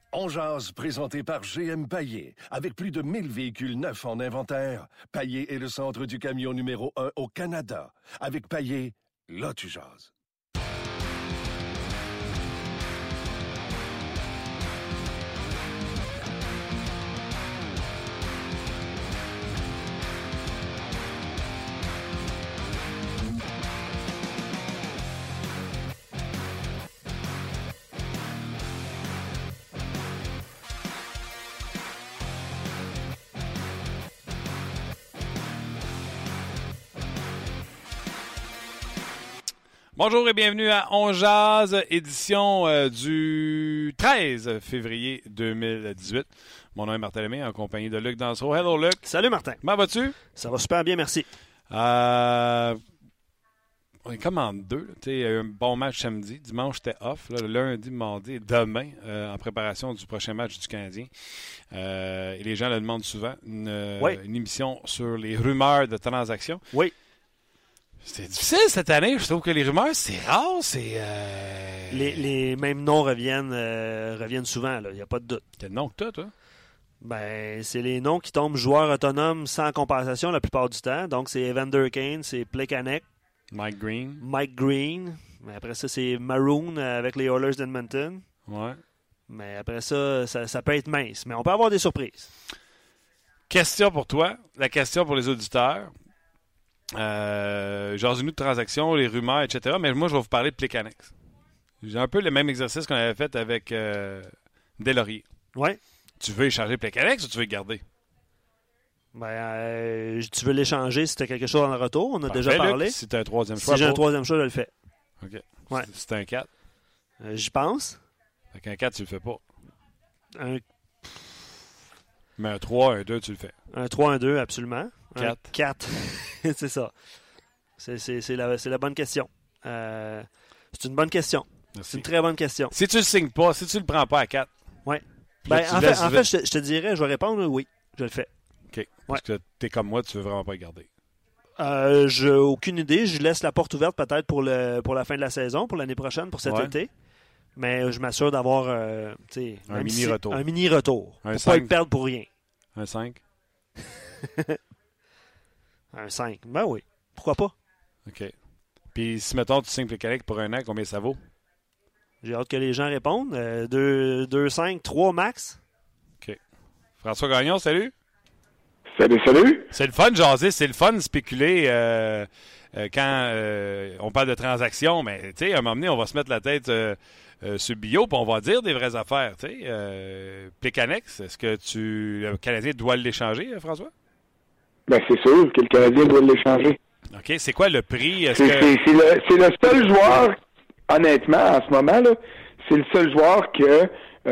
On jase, présenté par GM Paillé. Avec plus de 1000 véhicules neufs en inventaire, Paillé est le centre du camion numéro 1 au Canada. Avec Paillé, là tu jases. Bonjour et bienvenue à On Jase, édition du 13 février 2018. Mon nom est Martin Lemay, en compagnie de Luc Dansereau. Hello Luc. Salut Martin. Comment vas-tu? Ça va super bien, merci. On est comme en deux. Il y a eu un bon match samedi. Dimanche, j'étais off. Là, le lundi, mardi et demain, en préparation du prochain match du Canadien. Et les gens le demandent souvent. Une émission sur les rumeurs de transactions. Oui. C'est difficile cette année. Je trouve que les rumeurs, c'est rare. Les mêmes noms reviennent souvent. Il n'y a pas de doute. Quel nom que t'as, toi? Ben, c'est les noms qui tombent joueurs autonomes sans compensation la plupart du temps. Donc, c'est Evander Kane, c'est Plekanec. Mike Green. Mais après ça, c'est Maroon avec les Oilers d'Edmonton. Ouais. Mais après ça peut être mince. Mais on peut avoir des surprises. Question pour toi. La question pour les auditeurs. Genre de transactions, les rumeurs, etc. Mais moi, je vais vous parler de Plekanec. J'ai un peu le même exercice qu'on avait fait avec Deslauriers. Ouais. Tu veux échanger Plekanec ou tu veux le garder? Ben, tu veux l'échanger si tu as quelque chose en retour. On a déjà parlé. Luc, si tu as un troisième choix. Si j'ai un troisième choix, je le fais. OK. Ouais. Si tu as un 4. J'y pense. Avec un 4, tu le fais pas. Un... Mais un 3, un 2, tu le fais. Un 3, un 2, absolument. 4. 4. C'est ça. C'est la bonne question. C'est une bonne question. Merci. C'est une très bonne question. Si tu le signes pas, si tu le prends pas à 4. Oui. Ben, en fait, je te dirais, je vais répondre oui. Je le fais. OK. Parce que t'es comme moi, tu veux vraiment pas le garder. J'ai aucune idée. Je laisse la porte ouverte peut-être pour la fin de la saison, pour l'année prochaine, pour cet été. Mais je m'assure d'avoir un mini-retour. Un mini-retour. Un pour 5. pas le perdre pour rien. Un 5? Un 5. Ben oui. Pourquoi pas? OK. Puis si, mettons, tu signes Plekanec pour un an, combien ça vaut? J'ai hâte que les gens répondent. 2, 5, 3 max. OK. François Gagnon, salut. Salut. C'est le fun de jaser, c'est le fun de spéculer quand on parle de transactions, mais tu sais, à un moment donné, on va se mettre la tête sur le bio puis on va dire des vraies affaires. Plekanec, est-ce que le Canadien doit l'échanger, François? Ben c'est sûr que le Canadien doit l'échanger. OK, c'est quoi le prix? C'est le seul joueur, honnêtement, en ce moment, là, c'est le seul joueur que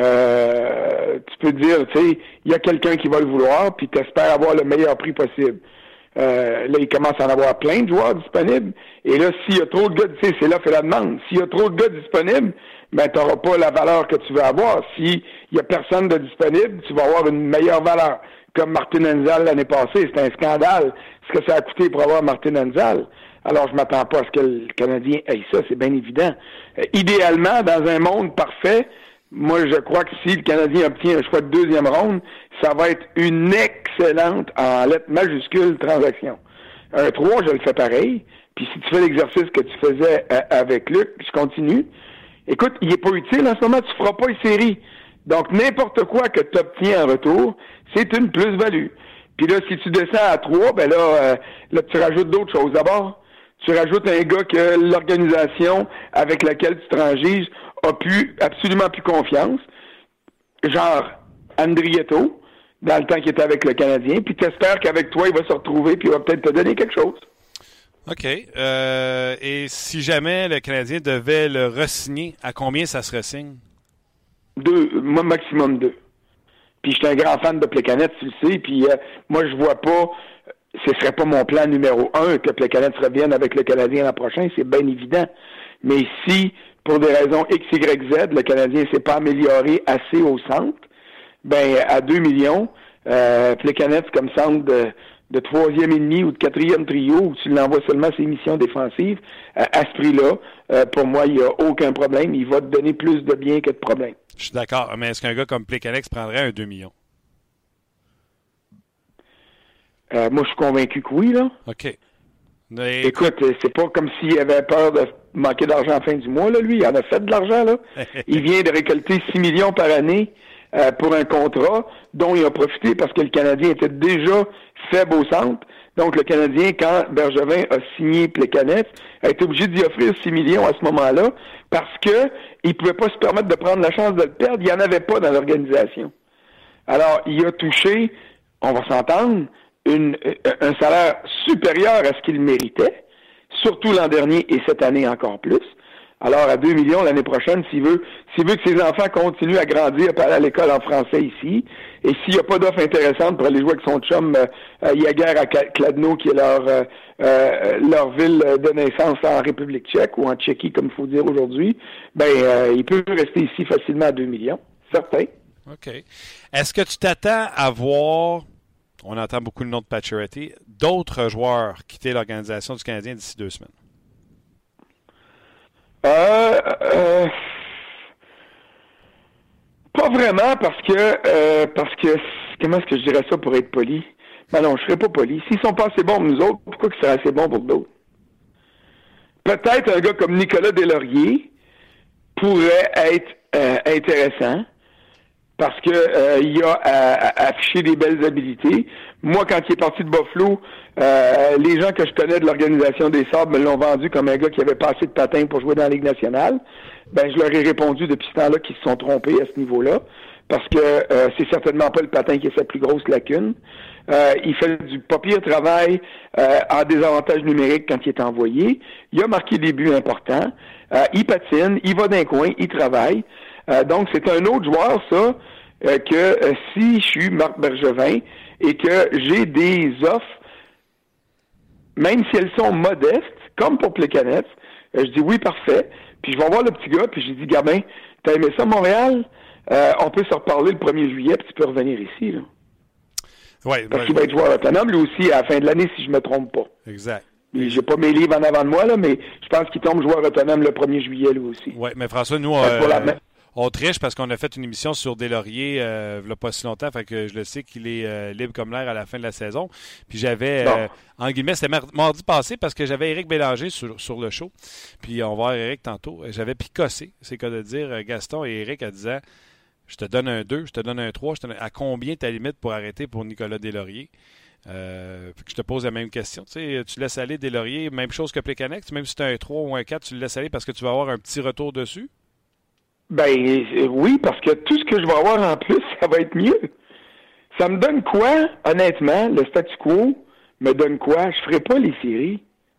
tu peux dire, tu sais, il y a quelqu'un qui va le vouloir, puis tu espères avoir le meilleur prix possible. Là, il commence à en avoir plein de joueurs disponibles, et là, s'il y a trop de gars, tu sais, c'est l'offre et la demande. S'il y a trop de gars disponibles, ben, tu n'auras pas la valeur que tu veux avoir. S'il y a personne de disponible, tu vas avoir une meilleure valeur. Comme Martin Hanzal l'année passée, c'est un scandale ce que ça a coûté pour avoir Martin Hanzal. Alors, je m'attends pas à ce que le Canadien ait ça, c'est bien évident. Idéalement, dans un monde parfait, moi, je crois que si le Canadien obtient un choix de deuxième ronde, ça va être une excellente, en lettres majuscules, transaction. Un 3, je le fais pareil. Puis si tu fais l'exercice que tu faisais avec Luc, je continue. Écoute, il est pas utile en ce moment, tu feras pas une série. Donc, n'importe quoi que tu obtiens en retour, c'est une plus-value. Puis là, si tu descends à 3, ben là, tu rajoutes d'autres choses. D'abord, tu rajoutes un gars que l'organisation avec laquelle tu transiges a absolument plus confiance. Genre Andrietto, dans le temps qu'il était avec le Canadien. Puis tu espères qu'avec toi, il va se retrouver puis il va peut-être te donner quelque chose. OK. Et si jamais le Canadien devait le re-signer, à combien ça se re-signe? 2, moi maximum 2. Puis je suis un grand fan de Plekanec, tu le sais, puis moi je vois pas, ce serait pas mon plan numéro 1 que Plekanec revienne avec le Canadien l'an prochain, c'est bien évident. Mais si, pour des raisons X, Y, Z, le Canadien s'est pas amélioré assez au centre, ben à 2 millions, Plekanec comme centre de 3e et demi ou de 4e trio, ou tu l'envoies seulement ses missions défensives, à ce prix-là, pour moi, il n'y a aucun problème. Il va te donner plus de bien que de problème. Je suis d'accord, mais est-ce qu'un gars comme Plekanec prendrait un 2 millions? Moi, je suis convaincu que oui, là. OK. Écoute, c'est pas comme s'il avait peur de manquer d'argent à la fin du mois, là, lui. Il en a fait de l'argent, là. Il vient de récolter 6 millions par année pour un contrat dont il a profité parce que le Canadien était déjà faible au centre. Donc, le Canadien, quand Bergevin a signé Plekanec, a été obligé d'y offrir 6 millions à ce moment-là parce que il pouvait pas se permettre de prendre la chance de le perdre. Il n'y en avait pas dans l'organisation. Alors, il a touché, on va s'entendre, un salaire supérieur à ce qu'il méritait, surtout l'an dernier et cette année encore plus. Alors, à 2 millions l'année prochaine, s'il veut que ses enfants continuent à grandir, par aller à l'école en français ici, et s'il n'y a pas d'offre intéressante pour aller jouer avec son chum Yaguer à Kladno, qui est leur ville de naissance en République tchèque, ou en Tchéquie, comme il faut dire aujourd'hui, il peut rester ici facilement à 2 millions, certain. OK. Est-ce que tu t'attends à voir, on entend beaucoup le nom de Pacioretty, d'autres joueurs quitter l'organisation du Canadien d'ici 2 semaines? Pas vraiment parce que comment est-ce que je dirais ça pour être poli? Ben non, je serais pas poli. S'ils sont pas assez bons pour nous autres, pourquoi qu'ils seraient assez bons pour d'autres? Peut-être un gars comme Nicolas Deslauriers pourrait être intéressant parce que il a affiché des belles habilités. Moi, quand il est parti de Buffalo, les gens que je connais de l'organisation des Sabres me l'ont vendu comme un gars qui avait pas assez de patins pour jouer dans la Ligue nationale. Ben, je leur ai répondu depuis ce temps-là qu'ils se sont trompés à ce niveau-là, parce que c'est certainement pas le patin qui est sa plus grosse lacune. Il fait du pas pire travail en désavantage numérique quand il est envoyé. Il a marqué des buts importants. Il patine, il va d'un coin, il travaille. Donc, c'est un autre joueur, ça, que si je suis Marc Bergevin et que j'ai des offres, même si elles sont modestes, comme pour Plekanec, je dis oui, parfait. Puis je vais voir le petit gars, puis j'ai dit, Gabin, t'as aimé ça, Montréal? On peut se reparler le 1er juillet, puis tu peux revenir ici, là. Ouais, parce qu'il va être joueur autonome, lui aussi, à la fin de l'année, si je me trompe pas. Exact. Et j'ai pas mes livres en avant de moi, là, mais je pense qu'il tombe joueur autonome le 1er juillet, lui aussi. Oui, mais François, nous, on triche parce qu'on a fait une émission sur Deslauriers il n'y a pas si longtemps, fait que je le sais qu'il est libre comme l'air à la fin de la saison. Puis j'avais, en guillemets, c'était mardi passé parce que j'avais Éric Bélanger sur le show. Puis on va voir Éric tantôt. J'avais picossé, c'est cas de dire, Gaston et Éric en disant je te donne un 2, je te donne un 3, à combien ta limite pour arrêter pour Nicolas Deslauriers? Je te pose la même question. Tu laisses aller Deslauriers, même chose que Plekanec, même si tu as un 3 ou un 4, tu le laisses aller parce que tu vas avoir un petit retour dessus? Ben oui, parce que tout ce que je vais avoir en plus, ça va être mieux. Ça me donne quoi, honnêtement, le statu quo me donne quoi? Je ferai pas les séries.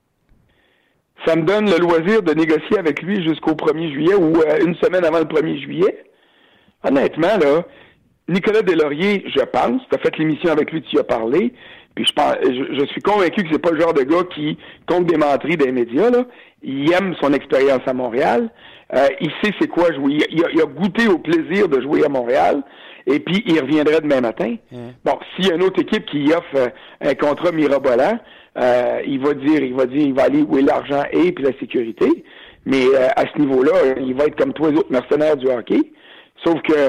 Ça me donne le loisir de négocier avec lui jusqu'au 1er juillet ou une semaine avant le 1er juillet. Honnêtement, là, Nicolas Deslauriers, je pense, tu as fait l'émission avec lui, tu y as parlé, puis je suis convaincu que c'est pas le genre de gars qui compte des menteries des médias, là. Il aime son expérience à Montréal. Il sait c'est quoi jouer. Il a goûté au plaisir de jouer à Montréal. Et puis, il reviendrait demain matin. Bon, s'il y a une autre équipe qui offre un contrat mirobolant, il va aller où est l'argent et puis la sécurité. Mais à ce niveau-là, il va être comme tous les autres mercenaires du hockey. Sauf que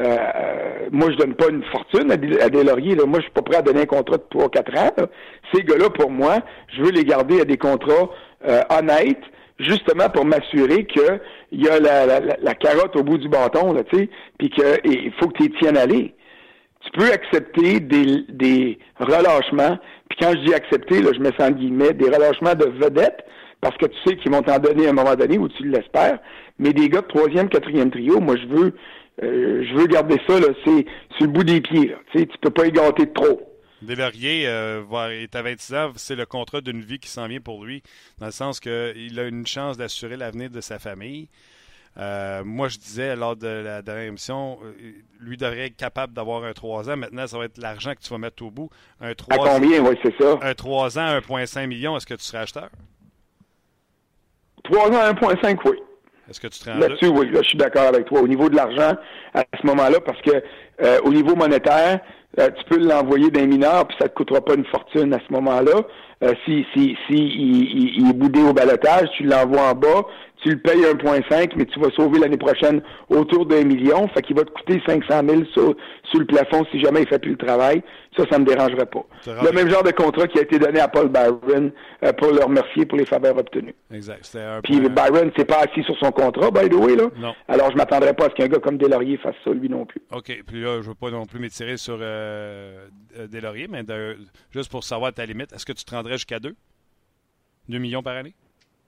moi, je donne pas une fortune à Deslauriers. Moi, je suis pas prêt à donner un contrat de 3-4 ans. Là. Ces gars-là, pour moi, je veux les garder à des contrats honnêtes, justement pour m'assurer qu'il y a la carotte au bout du bâton, là, tu sais, puis qu'il faut que tu les tiennes aller. Tu peux accepter des relâchements, puis quand je dis accepter, là, je mets ça en guillemets, des relâchements de vedettes, parce que tu sais qu'ils vont t'en donner à un moment donné, ou tu l'espères, mais des gà de 3e, 4e trio, moi, je veux garder ça, là, c'est sur le bout des pieds, là, tu sais, tu peux pas y gâter de trop. Deslauriers est à 26 ans, c'est le contrat d'une vie qui s'en vient pour lui, dans le sens qu'il a une chance d'assurer l'avenir de sa famille. Moi, je disais lors de la dernière émission, lui devrait être capable d'avoir un 3 ans. Maintenant, ça va être l'argent que tu vas mettre au bout. Un 3 à combien, oui, c'est ça? Un 3 ans, 1,5 million, est-ce que tu serais acheteur? 3 ans, 1,5, oui. Est-ce que tu te rends là-dessus, oui, là, je suis d'accord avec toi. Au niveau de l'argent, à ce moment-là, parce que au niveau monétaire, tu peux l'envoyer d'un mineur, puis ça te coûtera pas une fortune à ce moment-là. Si il est boudé au balotage, tu l'envoies en bas, tu le payes 1,5, mais tu vas sauver l'année prochaine autour d'1 million. Fait qu'il va te coûter 500 000 sur le plafond si jamais il fait plus le travail. Ça me dérangerait pas. Le même genre de contrat qui a été donné à Paul Byron pour le remercier pour les faveurs obtenues. Exact. Puis Byron s'est pas assis sur son contrat, by the way, là. Non. Alors je m'attendrais pas à ce qu'un gars comme Deslauriers fasse ça, lui non plus. OK. Puis là, je veux pas non plus m'étirer sur Deslauriers, mais juste pour savoir ta limite, est-ce que tu te rendrais jusqu'à 2 millions par année?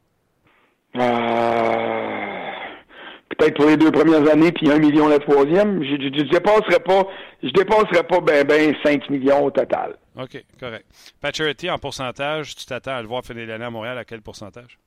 Peut-être pour les 2 premières années, puis 1 million la troisième. Je dépasserais pas ben 5 millions au total. OK, correct. Pacioretty, en pourcentage, tu t'attends à le voir finir l'année à Montréal à quel pourcentage?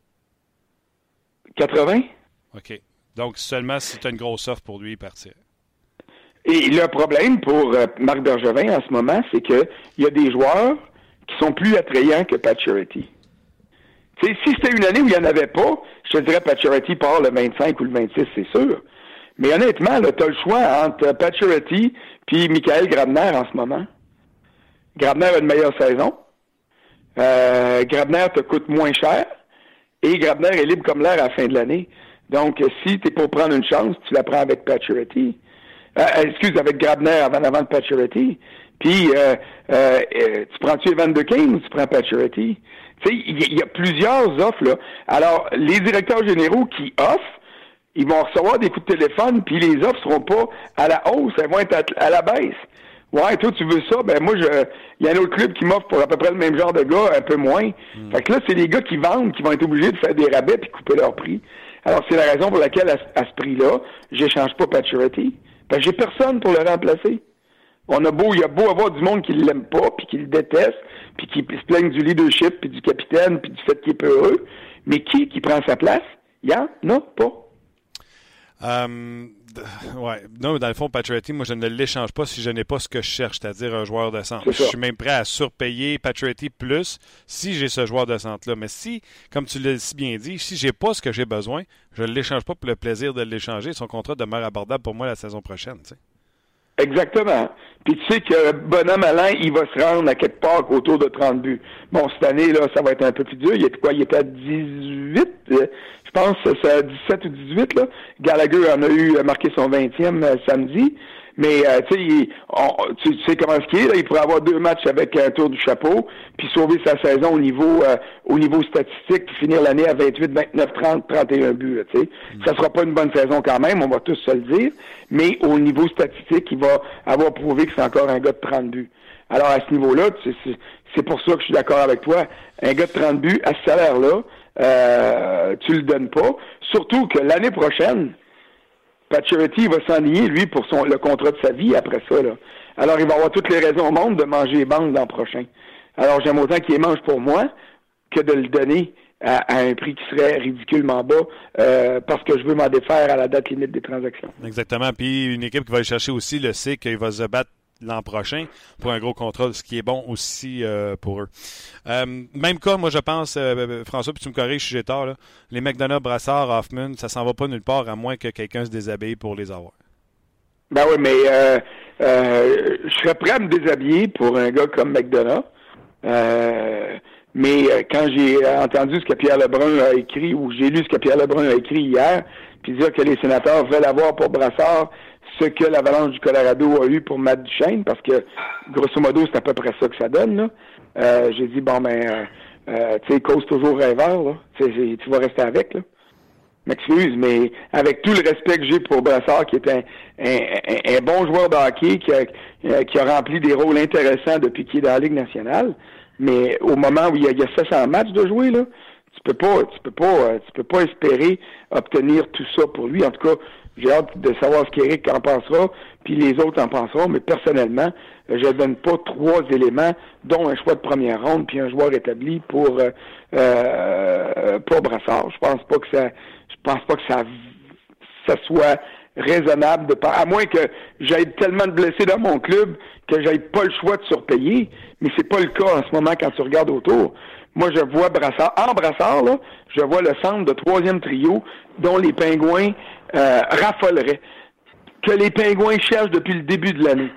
80? OK. Donc, seulement si tu as une grosse offre pour lui, il partirait. Et le problème pour Marc Bergevin en ce moment, c'est qu'il y a des joueurs qui sont plus attrayants que Pacioretty. T'sais, si c'était une année où il n'y en avait pas, je te dirais Pacioretty part le 25 ou le 26, c'est sûr. Mais honnêtement, tu as le choix entre Pacioretty et Michael Grabner en ce moment. Grabner a une meilleure saison. Grabner te coûte moins cher. Et Grabner est libre comme l'air à la fin de l'année. Donc, si tu es pour prendre une chance, tu la prends avec Pacioretty. Avec Grabner avant de Pacioretty. Puis, tu prends-tu Evan Kane ou tu prends Pacioretty? Tu sais, il y a plusieurs offres, là. Alors, les directeurs généraux qui offrent, ils vont recevoir des coups de téléphone, puis les offres seront pas à la hausse, elles vont être à la baisse. Ouais, toi, tu veux ça? Ben, moi, il y a un autre club qui m'offre pour à peu près le même genre de gars, un peu moins. Fait que là, c'est les gars qui vendent qui vont être obligés de faire des rabais puis couper leur prix. Alors, c'est la raison pour laquelle, à ce prix-là, j'échange pas Pacioretty. Ben, j'ai personne pour le remplacer. Il y a beau avoir du monde qui l'aime pas, puis qui le déteste, puis qui se plaigne du leadership, puis du capitaine, puis du fait qu'il est peureux. Mais qui prend sa place? Il y en a pas. Ouais. Non, dans le fond, Pacioretty, moi, je ne l'échange pas si je n'ai pas ce que je cherche, c'est-à-dire un joueur de centre. Je suis même prêt à surpayer Pacioretty plus si j'ai ce joueur de centre-là. Mais si, comme tu l'as si bien dit, si j'ai pas ce que j'ai besoin, je ne l'échange pas pour le plaisir de l'échanger. Son contrat demeure abordable pour moi la saison prochaine, tu sais. Exactement. Puis tu sais que bonhomme Alain, il va se rendre à quelque part autour de 30 buts. Bon, cette année, là, ça va être un peu plus dur. Il était à 18, je pense, c'est à 17 ou 18, là. Gallagher en a eu marqué son 20e samedi. Mais tu sais comment ce qu'il est, là, il pourrait avoir 2 matchs avec un tour du chapeau, puis sauver sa saison au niveau statistique, puis finir l'année à 28, 29, 30, 31 buts. Tu sais, ça sera pas une bonne saison quand même, on va tous se le dire. Mais au niveau statistique, il va avoir prouvé que c'est encore un gars de 30 buts. Alors à ce niveau-là, c'est pour ça que je suis d'accord avec toi. Un gars de 30 buts à ce salaire-là, tu le donnes pas. Surtout que l'année prochaine, Pacioretty va s'enligner, lui, pour le contrat de sa vie après ça, là. Alors, il va avoir toutes les raisons au monde de manger les banques l'an prochain. Alors, j'aime autant qu'il les mange pour moi que de le donner à un prix qui serait ridiculement bas parce que je veux m'en défaire à la date limite des transactions. Exactement. Puis, une équipe qui va le chercher aussi le sait qu'il va se battre l'an prochain pour un gros contrat, ce qui est bon aussi pour eux. Même cas, moi je pense, François, puis tu me corriges si j'ai tort, là, les McDonough, Brassard, Hoffman, ça s'en va pas nulle part à moins que quelqu'un se déshabille pour les avoir. Ben oui, mais je serais prêt à me déshabiller pour un gars comme McDonough. Mais quand j'ai entendu ce que Pierre Lebrun a écrit, ou j'ai lu ce que Pierre Lebrun a écrit hier, puis dire que les sénateurs veulent avoir pour Brassard ce que l'Avalanche du Colorado a eu pour Matt Duchesne, parce que, grosso modo, c'est à peu près ça que ça donne, là. J'ai dit, bon, tu sais, cause toujours rêveur, là. Tu vas rester avec, là. M'excuse, mais avec tout le respect que j'ai pour Brassard, qui est un bon joueur de hockey, qui a rempli des rôles intéressants depuis qu'il est dans la Ligue nationale, mais au moment où il y a 700 matchs de jouer, là, tu peux pas espérer obtenir tout ça pour lui. En tout cas, j'ai hâte de savoir ce qu'Éric en pensera, puis les autres en penseront, mais personnellement, je ne donne pas 3 éléments, dont un choix de première ronde puis un joueur établi pour Brassard. Je pense pas que ça soit raisonnable à moins que j'aie tellement de blessés dans mon club que j'aie pas le choix de surpayer, mais c'est pas le cas en ce moment quand tu regardes autour. Moi, je vois Brassard, là, je vois le centre de 3e trio dont les Pingouins raffoleraient. Que les Pingouins cherchent depuis le début de l'année.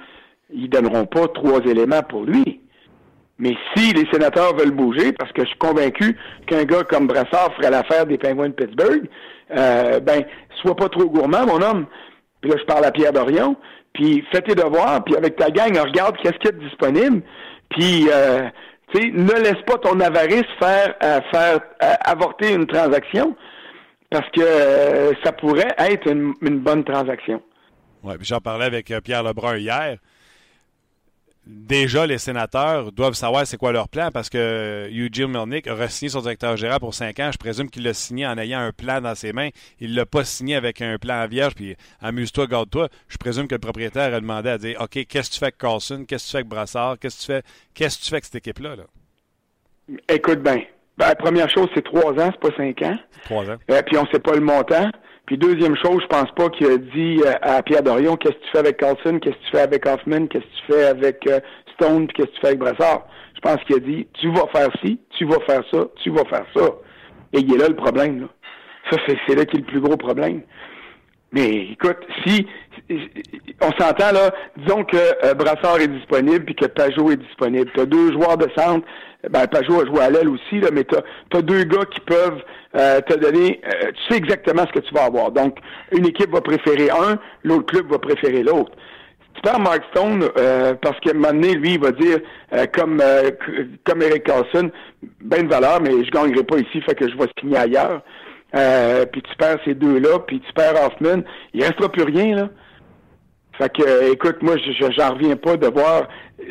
ils donneront pas 3 éléments pour lui. Mais si les sénateurs veulent bouger, parce que je suis convaincu qu'un gars comme Brassard ferait l'affaire des Penguins de Pittsburgh, sois pas trop gourmand, mon homme. Puis là, je parle à Pierre Dorion, puis fais tes devoirs, puis avec ta gang, regarde qu'est-ce qu'il y a de disponible, puis ne laisse pas ton avarice faire avorter une transaction, parce que ça pourrait être une bonne transaction. Oui, puis j'en parlais avec Pierre Lebrun hier. Déjà, les sénateurs doivent savoir c'est quoi leur plan parce que Eugene Melnyk a re-signé son directeur général pour 5 ans. Je présume qu'il l'a signé en ayant un plan dans ses mains. Il l'a pas signé avec un plan vierge, puis amuse-toi, garde-toi. Je présume que le propriétaire a demandé à dire « OK, qu'est-ce que tu fais avec Carlson? Qu'est-ce que tu fais avec Brassard? Qu'est-ce que tu fais avec cette équipe-là? » Écoute bien. La première chose, c'est 3 ans, c'est pas 5 ans. 3 ans. Puis on sait pas le montant. Puis deuxième chose, je pense pas qu'il a dit à Pierre Dorion, qu'est-ce que tu fais avec Carlson, qu'est-ce que tu fais avec Hoffman, qu'est-ce que tu fais avec Stone, puis qu'est-ce que tu fais avec Brassard. Je pense qu'il a dit, tu vas faire ci, tu vas faire ça, tu vas faire ça. Et il est là le problème, là. Ça, c'est là qui est le plus gros problème. Mais écoute, si on s'entend là, disons que Brassard est disponible puis que Pajot est disponible. Tu as 2 joueurs de centre, Pajot a joué à l'aile aussi, là, mais tu as 2 gars qui peuvent te donner, tu sais exactement ce que tu vas avoir. Donc, une équipe va préférer un, l'autre club va préférer l'autre. Tu perds Mark Stone parce qu'à un moment donné, lui, il va dire comme Erik Karlsson, ben de valeur, mais je gagnerai pas ici, fait que je vais signer ailleurs. Puis tu perds ces 2-là, puis tu perds Hoffman, il restera plus rien, là. Fait que, écoute, moi, j'en reviens pas de voir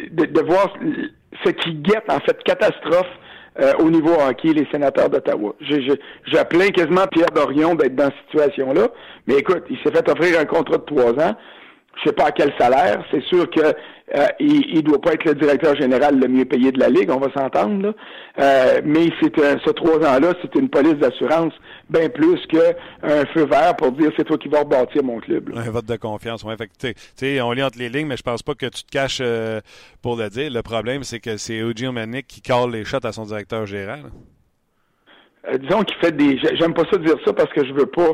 ce qui guette, en fait, catastrophe au niveau hockey, les sénateurs d'Ottawa. Je plains quasiment Pierre Dorion d'être dans cette situation-là, mais écoute, il s'est fait offrir un contrat de 3 ans. Je sais pas à quel salaire. C'est sûr que il doit pas être le directeur général le mieux payé de la Ligue, on va s'entendre, là. Mais ce 3 ans-là, c'est une police d'assurance bien plus qu'un feu vert pour dire c'est toi qui vas rebâtir mon club. Là. Un vote de confiance, oui. Fait que, on lit entre les lignes, mais je pense pas que tu te caches pour le dire. Le problème, c'est que c'est Eugene Melnyk qui cale les shots à son directeur général. Disons qu'il fait j'aime pas ça dire ça parce que je veux pas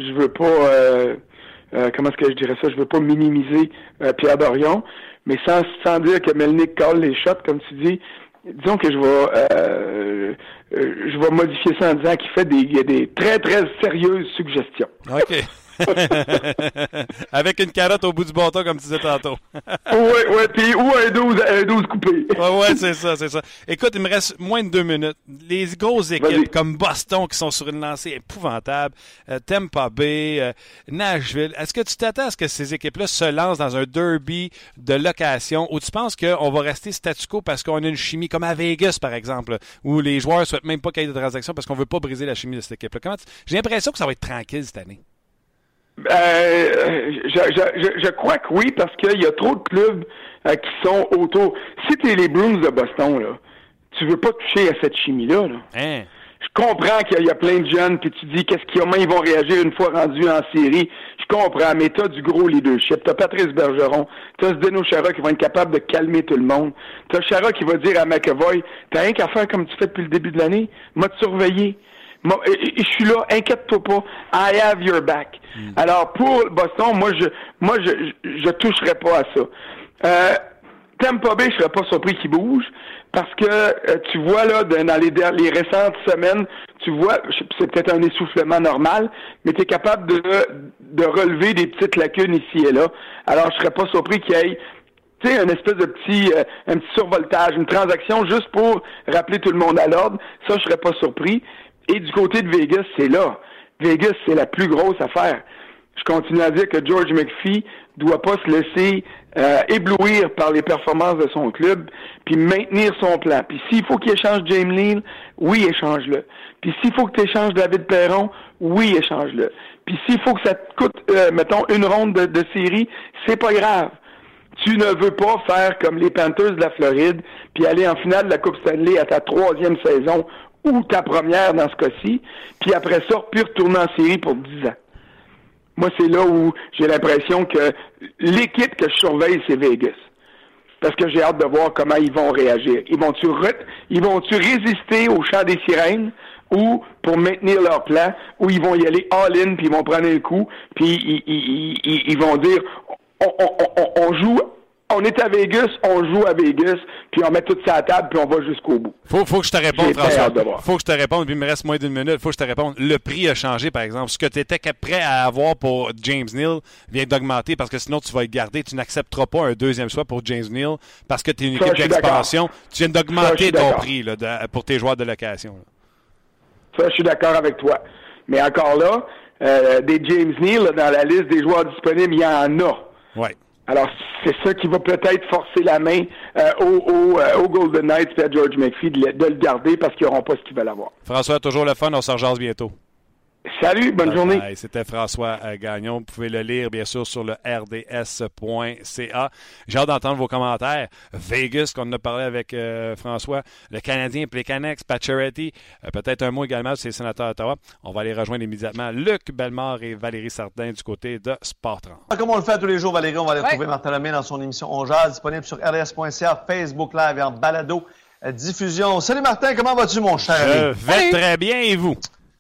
comment est-ce que je dirais ça? Je veux pas minimiser Pierre Dorion, mais sans dire que Melnyk cale les shots, comme tu dis, disons que je vais modifier ça en disant qu'il fait des très, très sérieuses suggestions. OK. Avec une carotte au bout du bâton, comme tu disais tantôt. Oui, puis ou un 12 coupé. Oui, c'est ça. Écoute, il me reste moins de 2 minutes. Les grosses équipes comme Boston qui sont sur une lancée épouvantable, Tampa Bay, Nashville, est-ce que tu t'attends à ce que ces équipes-là se lancent dans un derby de location ou tu penses qu'on va rester statu quo parce qu'on a une chimie comme à Vegas, par exemple, où les joueurs ne souhaitent même pas qu'il y ait de transactions parce qu'on ne veut pas briser la chimie de cette équipe-là? J'ai l'impression que ça va être tranquille cette année. Je crois que oui, parce qu'il y a trop de clubs qui sont autour. Si t'es les Bruins de Boston, là, tu veux pas toucher à cette chimie-là. Là. Hein? Je comprends qu'il y a plein de jeunes, puis tu dis comment ils vont réagir une fois rendus en série. Je comprends, mais t'as du gros leadership. T'as Patrice Bergeron, t'as Zdeno Chara qui va être capable de calmer tout le monde. T'as Chara qui va dire à McAvoy, t'as rien qu'à faire comme tu fais depuis le début de l'année. M'a te surveiller. Je suis là, inquiète-toi pas. I have your back. Alors, pour Boston, moi, je toucherai pas à ça. Tampa Bay, je serais pas surpris qu'il bouge, parce que tu vois, là, dans les récentes semaines, tu vois, c'est peut-être un essoufflement normal, mais tu es capable de relever des petites lacunes ici et là. Alors, je serais pas surpris qu'il y ait un espèce de un petit survoltage, une transaction juste pour rappeler tout le monde à l'ordre. Ça, je serais pas surpris. Et du côté de Vegas, c'est là. Vegas, c'est la plus grosse affaire. Je continue à dire que George McPhee doit pas se laisser éblouir par les performances de son club, puis maintenir son plan. Puis s'il faut qu'il échange James Neal, oui, échange-le. Puis s'il faut que tu échanges David Perron, oui, échange-le. Puis s'il faut que ça te coûte, mettons, une ronde de série, c'est pas grave. Tu ne veux pas faire comme les Panthers de la Floride, puis aller en finale de la Coupe Stanley à ta 3e saison, ou ta première dans ce cas-ci, puis après ça, puis retourner en série pour 10 ans. Moi, c'est là où j'ai l'impression que l'équipe que je surveille, c'est Vegas. Parce que j'ai hâte de voir comment ils vont réagir. Ils vont-tu résister au chant des sirènes, ou pour maintenir leur plan, ou ils vont y aller all-in, puis ils vont prendre un coup, puis ils vont dire on on est à Vegas, on joue à Vegas, puis on met tout ça à la table, puis on va jusqu'au bout. Faut que je te réponde, J'ai François. hâte de voir. Faut que je te réponde, puis il me reste moins d'une minute. Faut que je te réponde. Le prix a changé, par exemple. Ce que tu étais prêt à avoir pour James Neal vient d'augmenter parce que sinon tu vas le garder. Tu n'accepteras pas un deuxième choix pour James Neal parce que tu es une équipe d'expansion. Tu viens d'augmenter ton prix là, pour tes joueurs de location. Là. Ça, je suis d'accord avec toi. Mais encore là, des James Neal, là, dans la liste des joueurs disponibles, il y en a. Ouais. Alors, c'est ça qui va peut-être forcer la main aux Golden Knights et à George McPhee de le garder parce qu'ils n'auront pas ce qu'ils veulent avoir. François, toujours le fun. On se rejase bientôt. Salut, bonne journée. C'était François Gagnon. Vous pouvez le lire, bien sûr, sur le rds.ca. J'ai hâte d'entendre vos commentaires. Vegas, qu'on en a parlé avec François. Le Canadien, Plekanec, Pacioretty. Peut-être un mot également sur les Sénateurs d'Ottawa. On va les rejoindre immédiatement. Luc Bellemare et Valérie Sardin du côté de Sport 30. Comme on le fait tous les jours, Valérie, on va aller retrouver Martin Lemay dans son émission On Jase, disponible sur rds.ca, Facebook Live et en balado diffusion. Salut Martin, comment vas-tu, mon cher ami? Je vais très bien, et vous?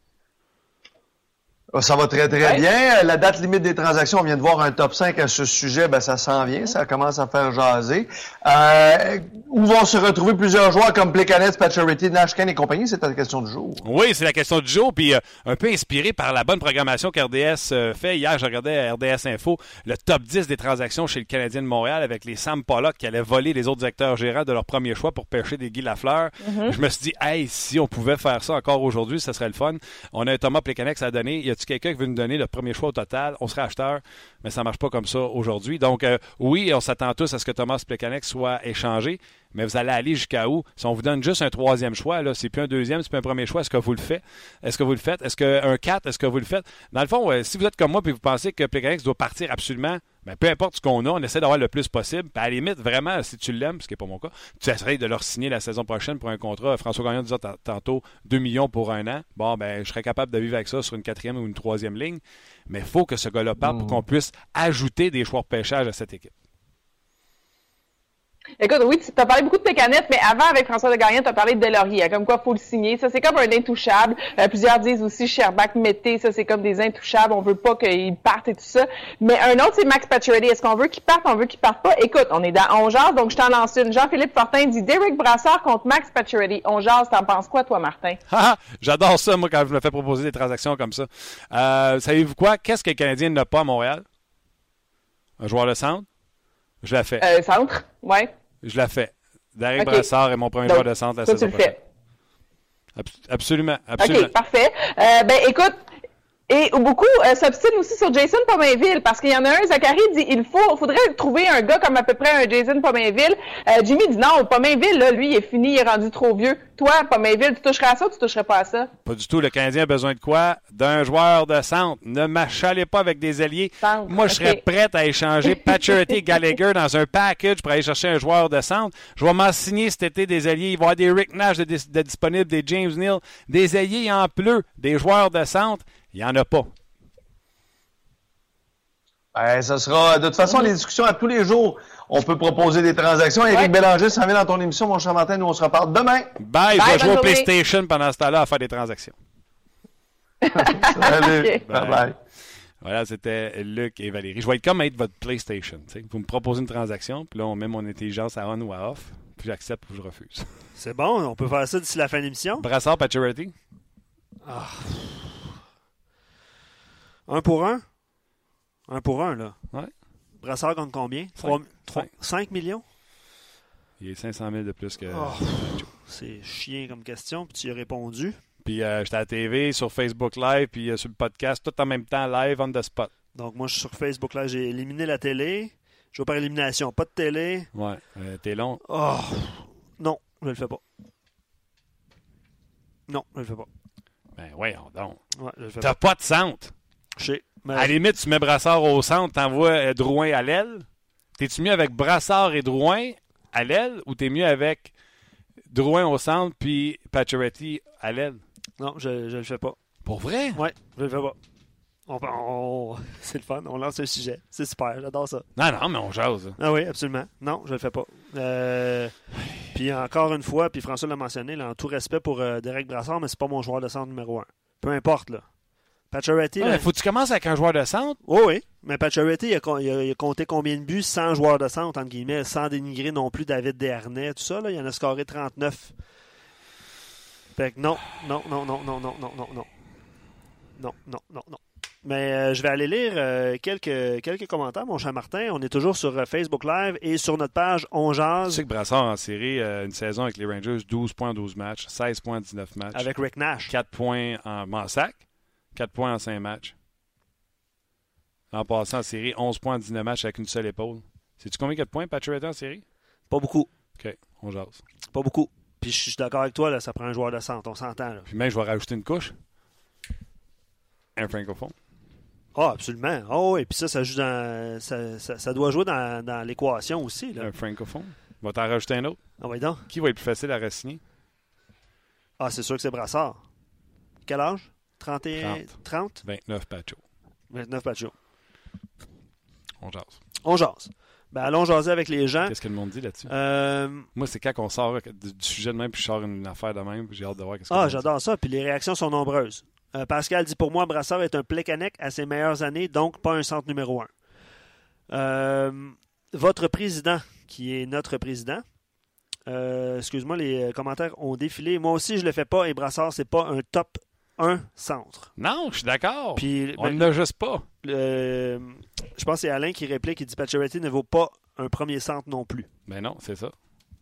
Ça va très, très bien. La date limite des transactions, on vient de voir un top 5 à ce sujet. Ben, ça s'en vient. Ça commence à faire jaser. Où vont se retrouver plusieurs joueurs comme Plekanec, Pacioretty, Nashkin et compagnie? C'est la question du jour. Oui, c'est la question du jour. Puis un peu inspiré par la bonne programmation qu'RDS fait. Hier, je regardais à RDS Info le top 10 des transactions chez le Canadien de Montréal avec les Sam Pollock qui allaient voler les autres directeurs gérants de leur premier choix pour pêcher des Guy Lafleur. Je me suis dit, hey, si on pouvait faire ça encore aujourd'hui, ça serait le fun. On a un Thomas Plekanec à donner. Y a-t-il quelqu'un qui veut nous donner le premier choix au total? On serait acheteur, mais ça marche pas comme ça aujourd'hui. Donc, oui, on s'attend tous à ce que Thomas Plekanec soit échangé, mais vous allez aller jusqu'à où? Si on vous donne juste un troisième choix, là, c'est plus un deuxième, c'est plus un premier choix, est-ce que vous le faites? Est-ce que vous le faites? Est-ce qu'un 4, est-ce que vous le faites? Dans le fond, si vous êtes comme moi et vous pensez que Plekanec doit partir absolument, ben, peu importe ce qu'on a, on essaie d'avoir le plus possible. Puis à la limite, vraiment, si tu l'aimes, ce qui n'est pas mon cas, tu essaierais de leur signer la saison prochaine pour un contrat. François Gagnon disait tantôt 2 millions pour un an. Bon, ben, je serais capable de vivre avec ça sur une 4e ou une 3e ligne. Mais il faut que ce gars-là parte pour qu'on puisse ajouter des choix de pêchage à cette équipe. Écoute, oui, tu as parlé beaucoup de Plekanec, mais avant, avec François Gagnon, tu as parlé de Deslauriers, comme quoi il faut le signer. Ça, c'est comme un intouchable. Plusieurs disent aussi Sherbak, Mété, ça, c'est comme des intouchables. On veut pas qu'ils partent et tout ça. Mais un autre, c'est Max Pacioretty. Est-ce qu'on veut qu'il parte? On veut qu'il parte pas? Écoute, on est dans On Jase, donc je t'en lance une. Jean-Philippe Fortin dit Derek Brassard contre Max Pacioretty. On Jase, t'en penses quoi, toi, Martin? J'adore ça, moi, quand je me fais proposer des transactions comme ça. Savez-vous quoi? Qu'est-ce que le Canadien n'a pas à Montréal? Un joueur de centre? Je la fais. Centre? Ouais. Je la fais. Derek Brassard est mon premier joueur de centre la saison prochaine. Absolument. OK, parfait. Écoute, et beaucoup s'obstinent aussi sur Jason Pominville, parce qu'il y en a un, Zachary dit il faudrait trouver un gars comme à peu près un Jason Pominville. Jimmy dit non, Pominville, là, lui, il est fini, il est rendu trop vieux. Toi, Pominville, tu toucherais à ça ou tu toucherais pas à ça? Pas du tout. Le Canadien a besoin de quoi? D'un joueur de centre. Ne m'achalez pas avec des alliés. Centre, moi, je serais prête à échanger Pacioretty et Gallagher dans un package pour aller chercher un joueur de centre. Je vais m'en signer cet été des alliés. Il va y avoir des Rick Nash de disponibles, des James Neal. Des alliés, il en pleut. Des joueurs de centre, il n'y en a pas. Ça sera, de toute façon, les discussions à tous les jours. On peut proposer des transactions. Éric Bélanger s'en vient dans ton émission, mon cher Martin. Nous, on se reparle demain. Bye. Je vais jouer au PlayStation pendant ce temps-là à faire des transactions. Salut. Bye. Voilà, c'était Luc et Valérie. Je vais être comme être votre PlayStation. T'sais. Vous me proposez une transaction, puis là, on met mon intelligence à on ou à off, puis j'accepte ou je refuse. C'est bon, on peut faire ça d'ici la fin de l'émission. Brassard, Pacioretty? 1 pour 1? 1 pour 1, là. Ouais. Brassard gagne combien? 5 millions? Il est 500 000 de plus que... C'est chien comme question, puis tu y as répondu. Puis j'étais à la TV, sur Facebook Live, puis sur le podcast, tout en même temps, live, on the spot. Donc moi, je suis sur Facebook Live. J'ai éliminé la télé. Je vais par élimination. Pas de télé. Ouais. T'es long. Non, je le fais pas. Non, je le fais pas. Ben voyons donc. Ouais, je le fais T'as pas de centre. Je sais. Mais... À la limite, tu mets Brassard au centre, t'envoies Drouin à l'aile. T'es-tu mieux avec Brassard et Drouin à l'aile ou t'es mieux avec Drouin au centre puis Pacioretty à l'aile? Non, je le fais pas. Pour vrai? Ouais, je le fais pas. C'est le fun, on lance un sujet. C'est super, j'adore ça. Non, mais on jase. Ah oui, absolument. Non, je le fais pas. Puis encore une fois, puis François l'a mentionné, là, en tout respect pour Derek Brassard, mais c'est pas mon joueur de centre numéro 1. Peu importe, là. Pacioretty... Il faut que tu commences avec un joueur de centre. Oui. Mais Pacioretty, il a compté combien de buts sans joueur de centre, entre guillemets, sans dénigrer non plus David Desharnais, tout ça. Là, il en a scoré 39. Fait que non. Mais je vais aller lire quelques commentaires, mon cher Martin. On est toujours sur Facebook Live et sur notre page On Jase. Tu sais que Brassard en série, une saison avec les Rangers, 12 points en 12 matchs, 16 points en 19 matchs. Avec Rick Nash. 4 points en sac, 4 points en 5 matchs. En passant en série, 11 points en 19 matchs avec une seule épaule. Sais-tu combien il y a de points Pacioretty en série? Pas beaucoup. OK, on jase. Pas beaucoup. Puis je suis d'accord avec toi, là, ça prend un joueur de centre, on s'entend. Là. Puis même, je vais rajouter une couche. Un francophone. Ah, absolument. Oh, oui, puis ça joue dans. Ça doit jouer dans l'équation aussi. Là. Un francophone. Va t'en rajouter un autre. Ah, oui, donc. Qui va être plus facile à re-signer? Ah, c'est sûr que c'est Brassard. Quel âge? 30? 29 Pacho. 29 Pacho. On jase. On jase. Ben, allons jaser avec les gens. Qu'est-ce que le monde dit là-dessus? Moi, c'est quand on sort du sujet de même, puis je sors une affaire de même, puis j'ai hâte de voir qu'est-ce que j'adore ça. Puis les réactions sont nombreuses. Pascal dit, pour moi, Brassard est un Plekanec à ses meilleures années, donc pas un centre numéro 1. Votre président, qui est notre président, excuse-moi, les commentaires ont défilé. Moi aussi, je le fais pas, et Brassard, c'est pas un top 1 centre. Non, je suis d'accord. Puis, on ne l'a juste pas. Je pense que c'est Alain qui réplique, qui dit Pacioretty ne vaut pas un premier centre non plus. Ben non, c'est ça.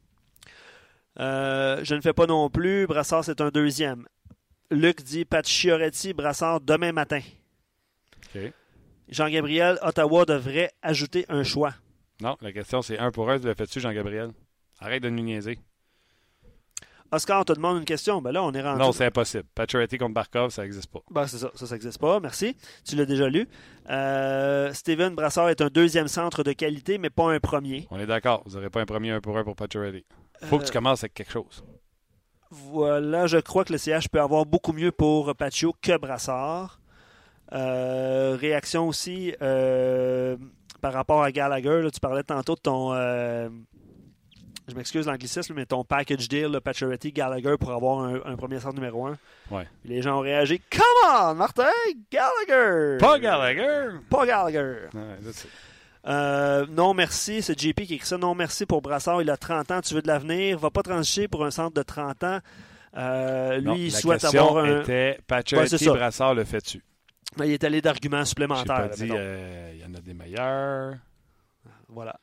Je ne fais pas non plus. Brassard, c'est un deuxième. Luc dit Pacioretty, Brassard demain matin. OK. Jean-Gabriel, Ottawa devrait ajouter un choix. Non, la question c'est 1 pour 1, tu l'as fait-tu, Jean-Gabriel? Arrête de nous niaiser. Oscar, on te demande une question. Ben là, on est rendu. Non, c'est impossible. Pacioretty contre Barkov, ça n'existe pas. Ben, c'est ça. Ça n'existe pas. Merci. Tu l'as déjà lu. Steven Brassard est un deuxième centre de qualité, mais pas un premier. On est d'accord. Vous n'aurez pas un premier 1 pour 1 pour Pacioretty. Il faut que tu commences avec quelque chose. Voilà, je crois que le CH peut avoir beaucoup mieux pour Pacho que Brassard. Réaction aussi par rapport à Gallagher. Là, tu parlais tantôt de ton... je m'excuse l'anglicisme, mais ton package deal, Pacioretty, Gallagher, pour avoir un premier centre numéro 1. Ouais. Les gens ont réagi. Come on, Martin! Gallagher! Pas Gallagher! Pas Gallagher! Ouais, non, merci. C'est JP qui écrit ça. Non, merci pour Brassard. Il a 30 ans. Tu veux de l'avenir. Va pas trancher pour un centre de 30 ans. Lui, il souhaite avoir un... était Pacioretty, Brassard, le fais-tu? Il est allé d'arguments supplémentaires. J'ai pas dit, il y en a des meilleurs. Voilà.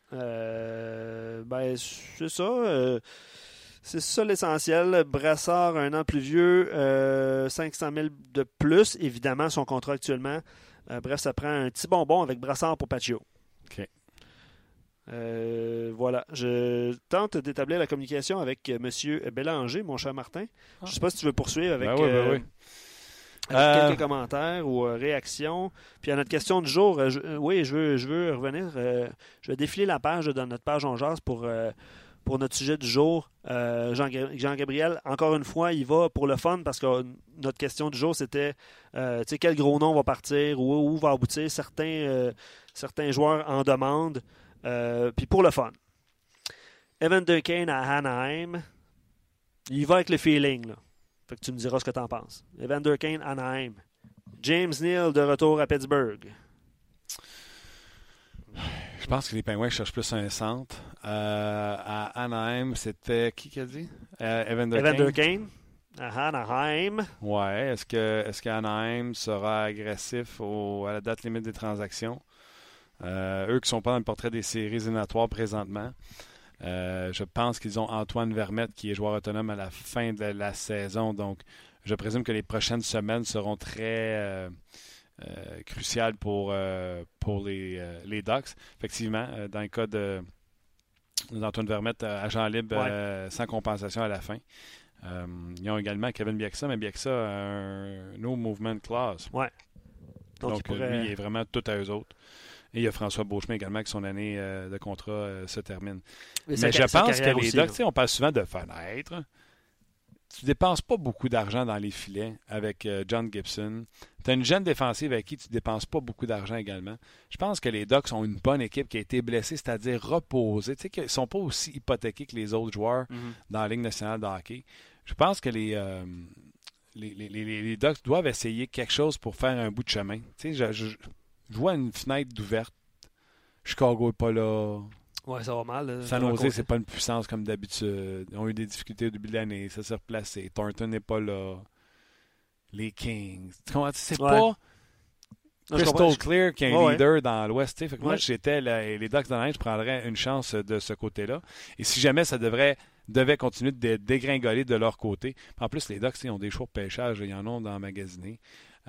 Ben, c'est ça. C'est ça l'essentiel. Brassard, un an plus vieux, 500 000 de plus, évidemment, son contrat actuellement. Bref, ça prend un petit bonbon avec Brassard pour Pacio. OK. Voilà. Je tente d'établir la communication avec M. Bélanger, mon cher Martin. Je ne sais pas si tu veux poursuivre avec, oui. avec quelques commentaires ou réactions. Puis à notre question du jour, je veux revenir. Je vais défiler la page dans notre page On Jase pour notre sujet du jour. Jean-Gabriel, encore une fois, il va pour le fun parce que notre question du jour, c'était quel gros nom va partir ou où va aboutir certains joueurs en demande. Puis pour le fun. Evander Kane à Anaheim, il va avec le feeling, là. Fait que tu me diras ce que tu en penses. Evander Kane, Anaheim. James Neal de retour à Pittsburgh. Je pense que les Penguins cherchent plus un centre. À Anaheim, c'était qui a dit? Evander Kane. À Anaheim. Ouais. Est-ce qu'Anaheim sera agressif à la date limite des transactions? Eux qui sont pas dans le portrait des séries éliminatoires présentement. Je pense qu'ils ont Antoine Vermette qui est joueur autonome à la fin de la saison. Donc, je présume que les prochaines semaines seront très cruciales pour les Ducks. Effectivement, dans le cas d'Antoine Vermette, agent libre sans compensation à la fin. Ils ont également Kevin Bieksa, mais Bieksa a un no movement clause. Ouais. Donc lui, il est vraiment tout à eux autres. Et il y a François Beauchemin également qui son année de contrat se termine. Mais je pense que les Ducks, on parle souvent de fenêtres. Tu ne dépenses pas beaucoup d'argent dans les filets avec John Gibson. Tu as une jeune défensive avec qui tu ne dépenses pas beaucoup d'argent également. Je pense que les Ducks ont une bonne équipe qui a été blessée, c'est-à-dire reposée. Tu sais qu'ils ne sont pas aussi hypothéqués que les autres joueurs dans la Ligue nationale de hockey. Je pense que les Ducks doivent essayer quelque chose pour faire un bout de chemin. Tu sais, je vois une fenêtre d'ouverte. Chicago n'est pas là. Ouais, ça va mal. San Jose, c'est pas une puissance comme d'habitude. Ils ont eu des difficultés au début de l'année. Ça s'est replacé. Thornton n'est pas là. Les Kings. Tu comprends? C'est pas crystal clear qu'il y a un leader dans l'Ouest. Fait que moi, j'étais les Ducks dans l'Est, je prendrais une chance de ce côté-là. Et si jamais ça devait continuer de dégringoler de leur côté. En plus, les Ducks, ils ont des choix de pêchage. Ils en ont dans magasiné.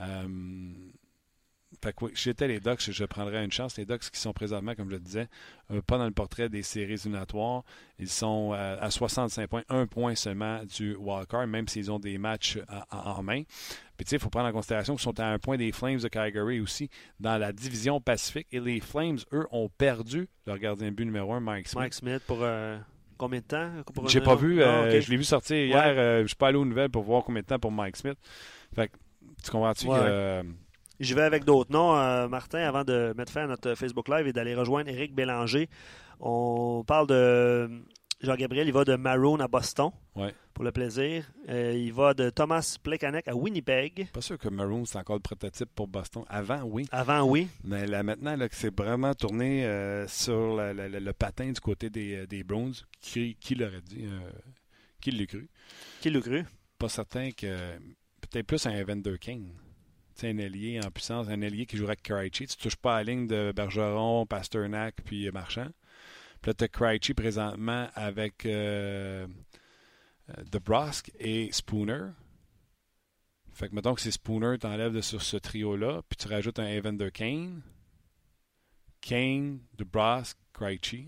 Fait que oui, j'étais les Ducks, je prendrais une chance. Les Ducks qui sont présentement, comme je le disais, pas dans le portrait des séries éliminatoires. Ils sont à 65 points, 1 point seulement du wildcard, même s'ils ont des matchs en main. Puis tu sais, il faut prendre en considération qu'ils sont à 1 point des Flames de Calgary aussi dans la division Pacifique. Et les Flames, eux, ont perdu leur gardien de but numéro 1, Mike Smith. Mike Smith pour combien de temps? J'ai pas vu. Okay. Je l'ai vu sortir hier. Je suis pas allé aux nouvelles pour voir combien de temps pour Mike Smith. Fait que, tu comprends-tu que... Je vais avec d'autres noms, Martin, avant de mettre fin à notre Facebook Live et d'aller rejoindre Éric Bélanger. On parle de Jean-Gabriel, il va de Maroon à Boston, pour le plaisir. Il va de Thomas Plekanec à Winnipeg. Pas sûr que Maroon, c'est encore le prototype pour Boston. Avant, oui. Mais là, maintenant, là, que c'est vraiment tourné sur le patin du côté des Browns. Qui l'aurait dit? Qui l'a cru? Qui l'a cru? Pas certain que... Peut-être plus un Evander King. Un ailier en puissance, un ailier qui jouerait avec Krejci. Tu ne touches pas à la ligne de Bergeron, Pasternak puis Marchand. Puis là, tu as Krejci présentement avec DeBrusk et Spooner. Fait que mettons que c'est Spooner, tu enlèves sur ce trio-là, puis tu rajoutes un Evander Kane, DeBrusk, Krejci.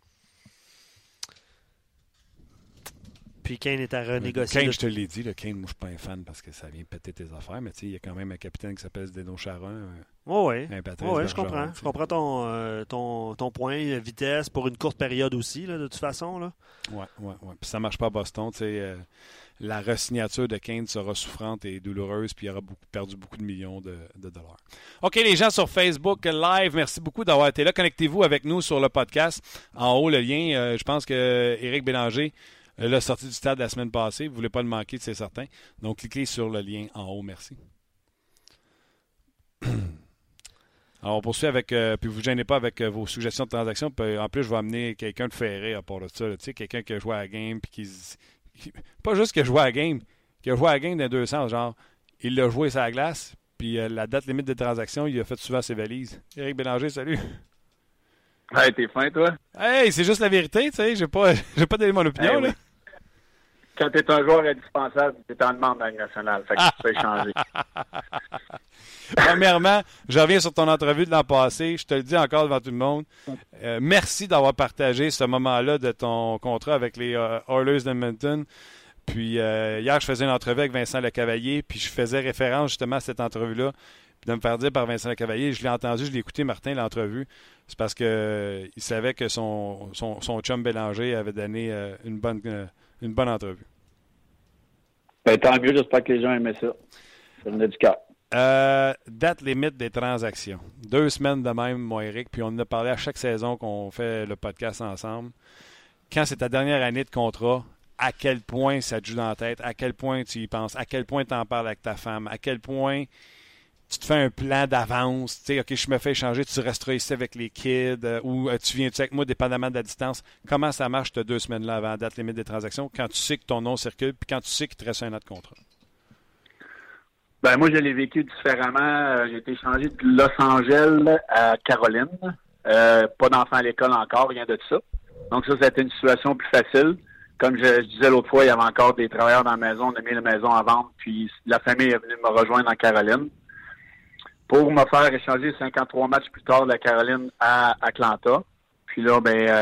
Puis Kane est à renégocier. Kane, je te l'ai dit, le Kane, moi je suis pas un fan parce que ça vient péter tes affaires, mais tu sais, il y a quand même un capitaine qui s'appelle Zdeno Chara. Oui, je comprends. Je comprends ton point, vitesse pour une courte période aussi, là, de toute façon. Là. Oui. Puis ça marche pas à Boston. La resignature de Kane sera souffrante et douloureuse, puis il aura perdu beaucoup de millions de dollars. OK, les gens sur Facebook Live, merci beaucoup d'avoir été là. Connectez-vous avec nous sur le podcast. En haut, le lien, je pense que Éric Bélanger l'a sorti du stade la semaine passée. Vous ne voulez pas le manquer, c'est certain. Donc, cliquez sur le lien en haut. Merci. Alors, on poursuit avec... puis vous ne vous gênez pas avec vos suggestions de transactions. Puis, en plus, je vais amener quelqu'un de ferré à part de ça. Tu sais, quelqu'un qui a joué à la game. Puis pas juste qui a joué à la game. Qui a joué à la game dans deux sens. Genre, il l'a joué sur la glace. Puis la date limite des transactions, il a fait souvent ses valises. Éric Bélanger, salut. Hey, t'es fin, toi? Hey, c'est juste la vérité, tu sais. J'ai pas donné mon opinion, là. Oui. Quand t'es un joueur indispensable, t'es en demande dans la Ligue nationale. Fait que tu peux échanger. Premièrement, je reviens sur ton entrevue de l'an passé. Je te le dis encore devant tout le monde. Merci d'avoir partagé ce moment-là de ton contrat avec les Oilers d'Edmonton. Puis hier, je faisais une entrevue avec Vincent Lecavalier, puis je faisais référence justement à cette entrevue-là. Puis de me faire dire par Vincent Lecavalier, je l'ai entendu, je l'ai écouté, Martin, l'entrevue. C'est parce qu'il savait que son chum Bélanger avait donné une bonne entrevue. Ben, tant mieux, j'espère que les gens aimaient ça. Ça venait du cœur. Date limite des transactions. 2 semaines de même, moi, Eric, puis on en a parlé à chaque saison qu'on fait le podcast ensemble. Quand c'est ta dernière année de contrat, à quel point ça te joue dans la tête, à quel point tu y penses, à quel point tu en parles avec ta femme, à quel point tu te fais un plan d'avance, tu sais, OK, je me fais échanger, tu resteras ici avec les kids, ou tu viens-tu avec moi, dépendamment de la distance. Comment ça marche, ces 2 semaines-là avant la date limite des transactions, quand tu sais que ton nom circule, puis quand tu sais qu'il te reste un an de contrat? Ben, moi, je l'ai vécu différemment. J'ai été échangé de Los Angeles à Caroline. Pas d'enfants à l'école encore, rien de ça. Donc ça a été une situation plus facile. Comme je disais l'autre fois, il y avait encore des travailleurs dans la maison, on a mis la maison à vendre, puis la famille est venue me rejoindre en Caroline pour me faire échanger 53 matchs plus tard de la Caroline à Atlanta. Puis là,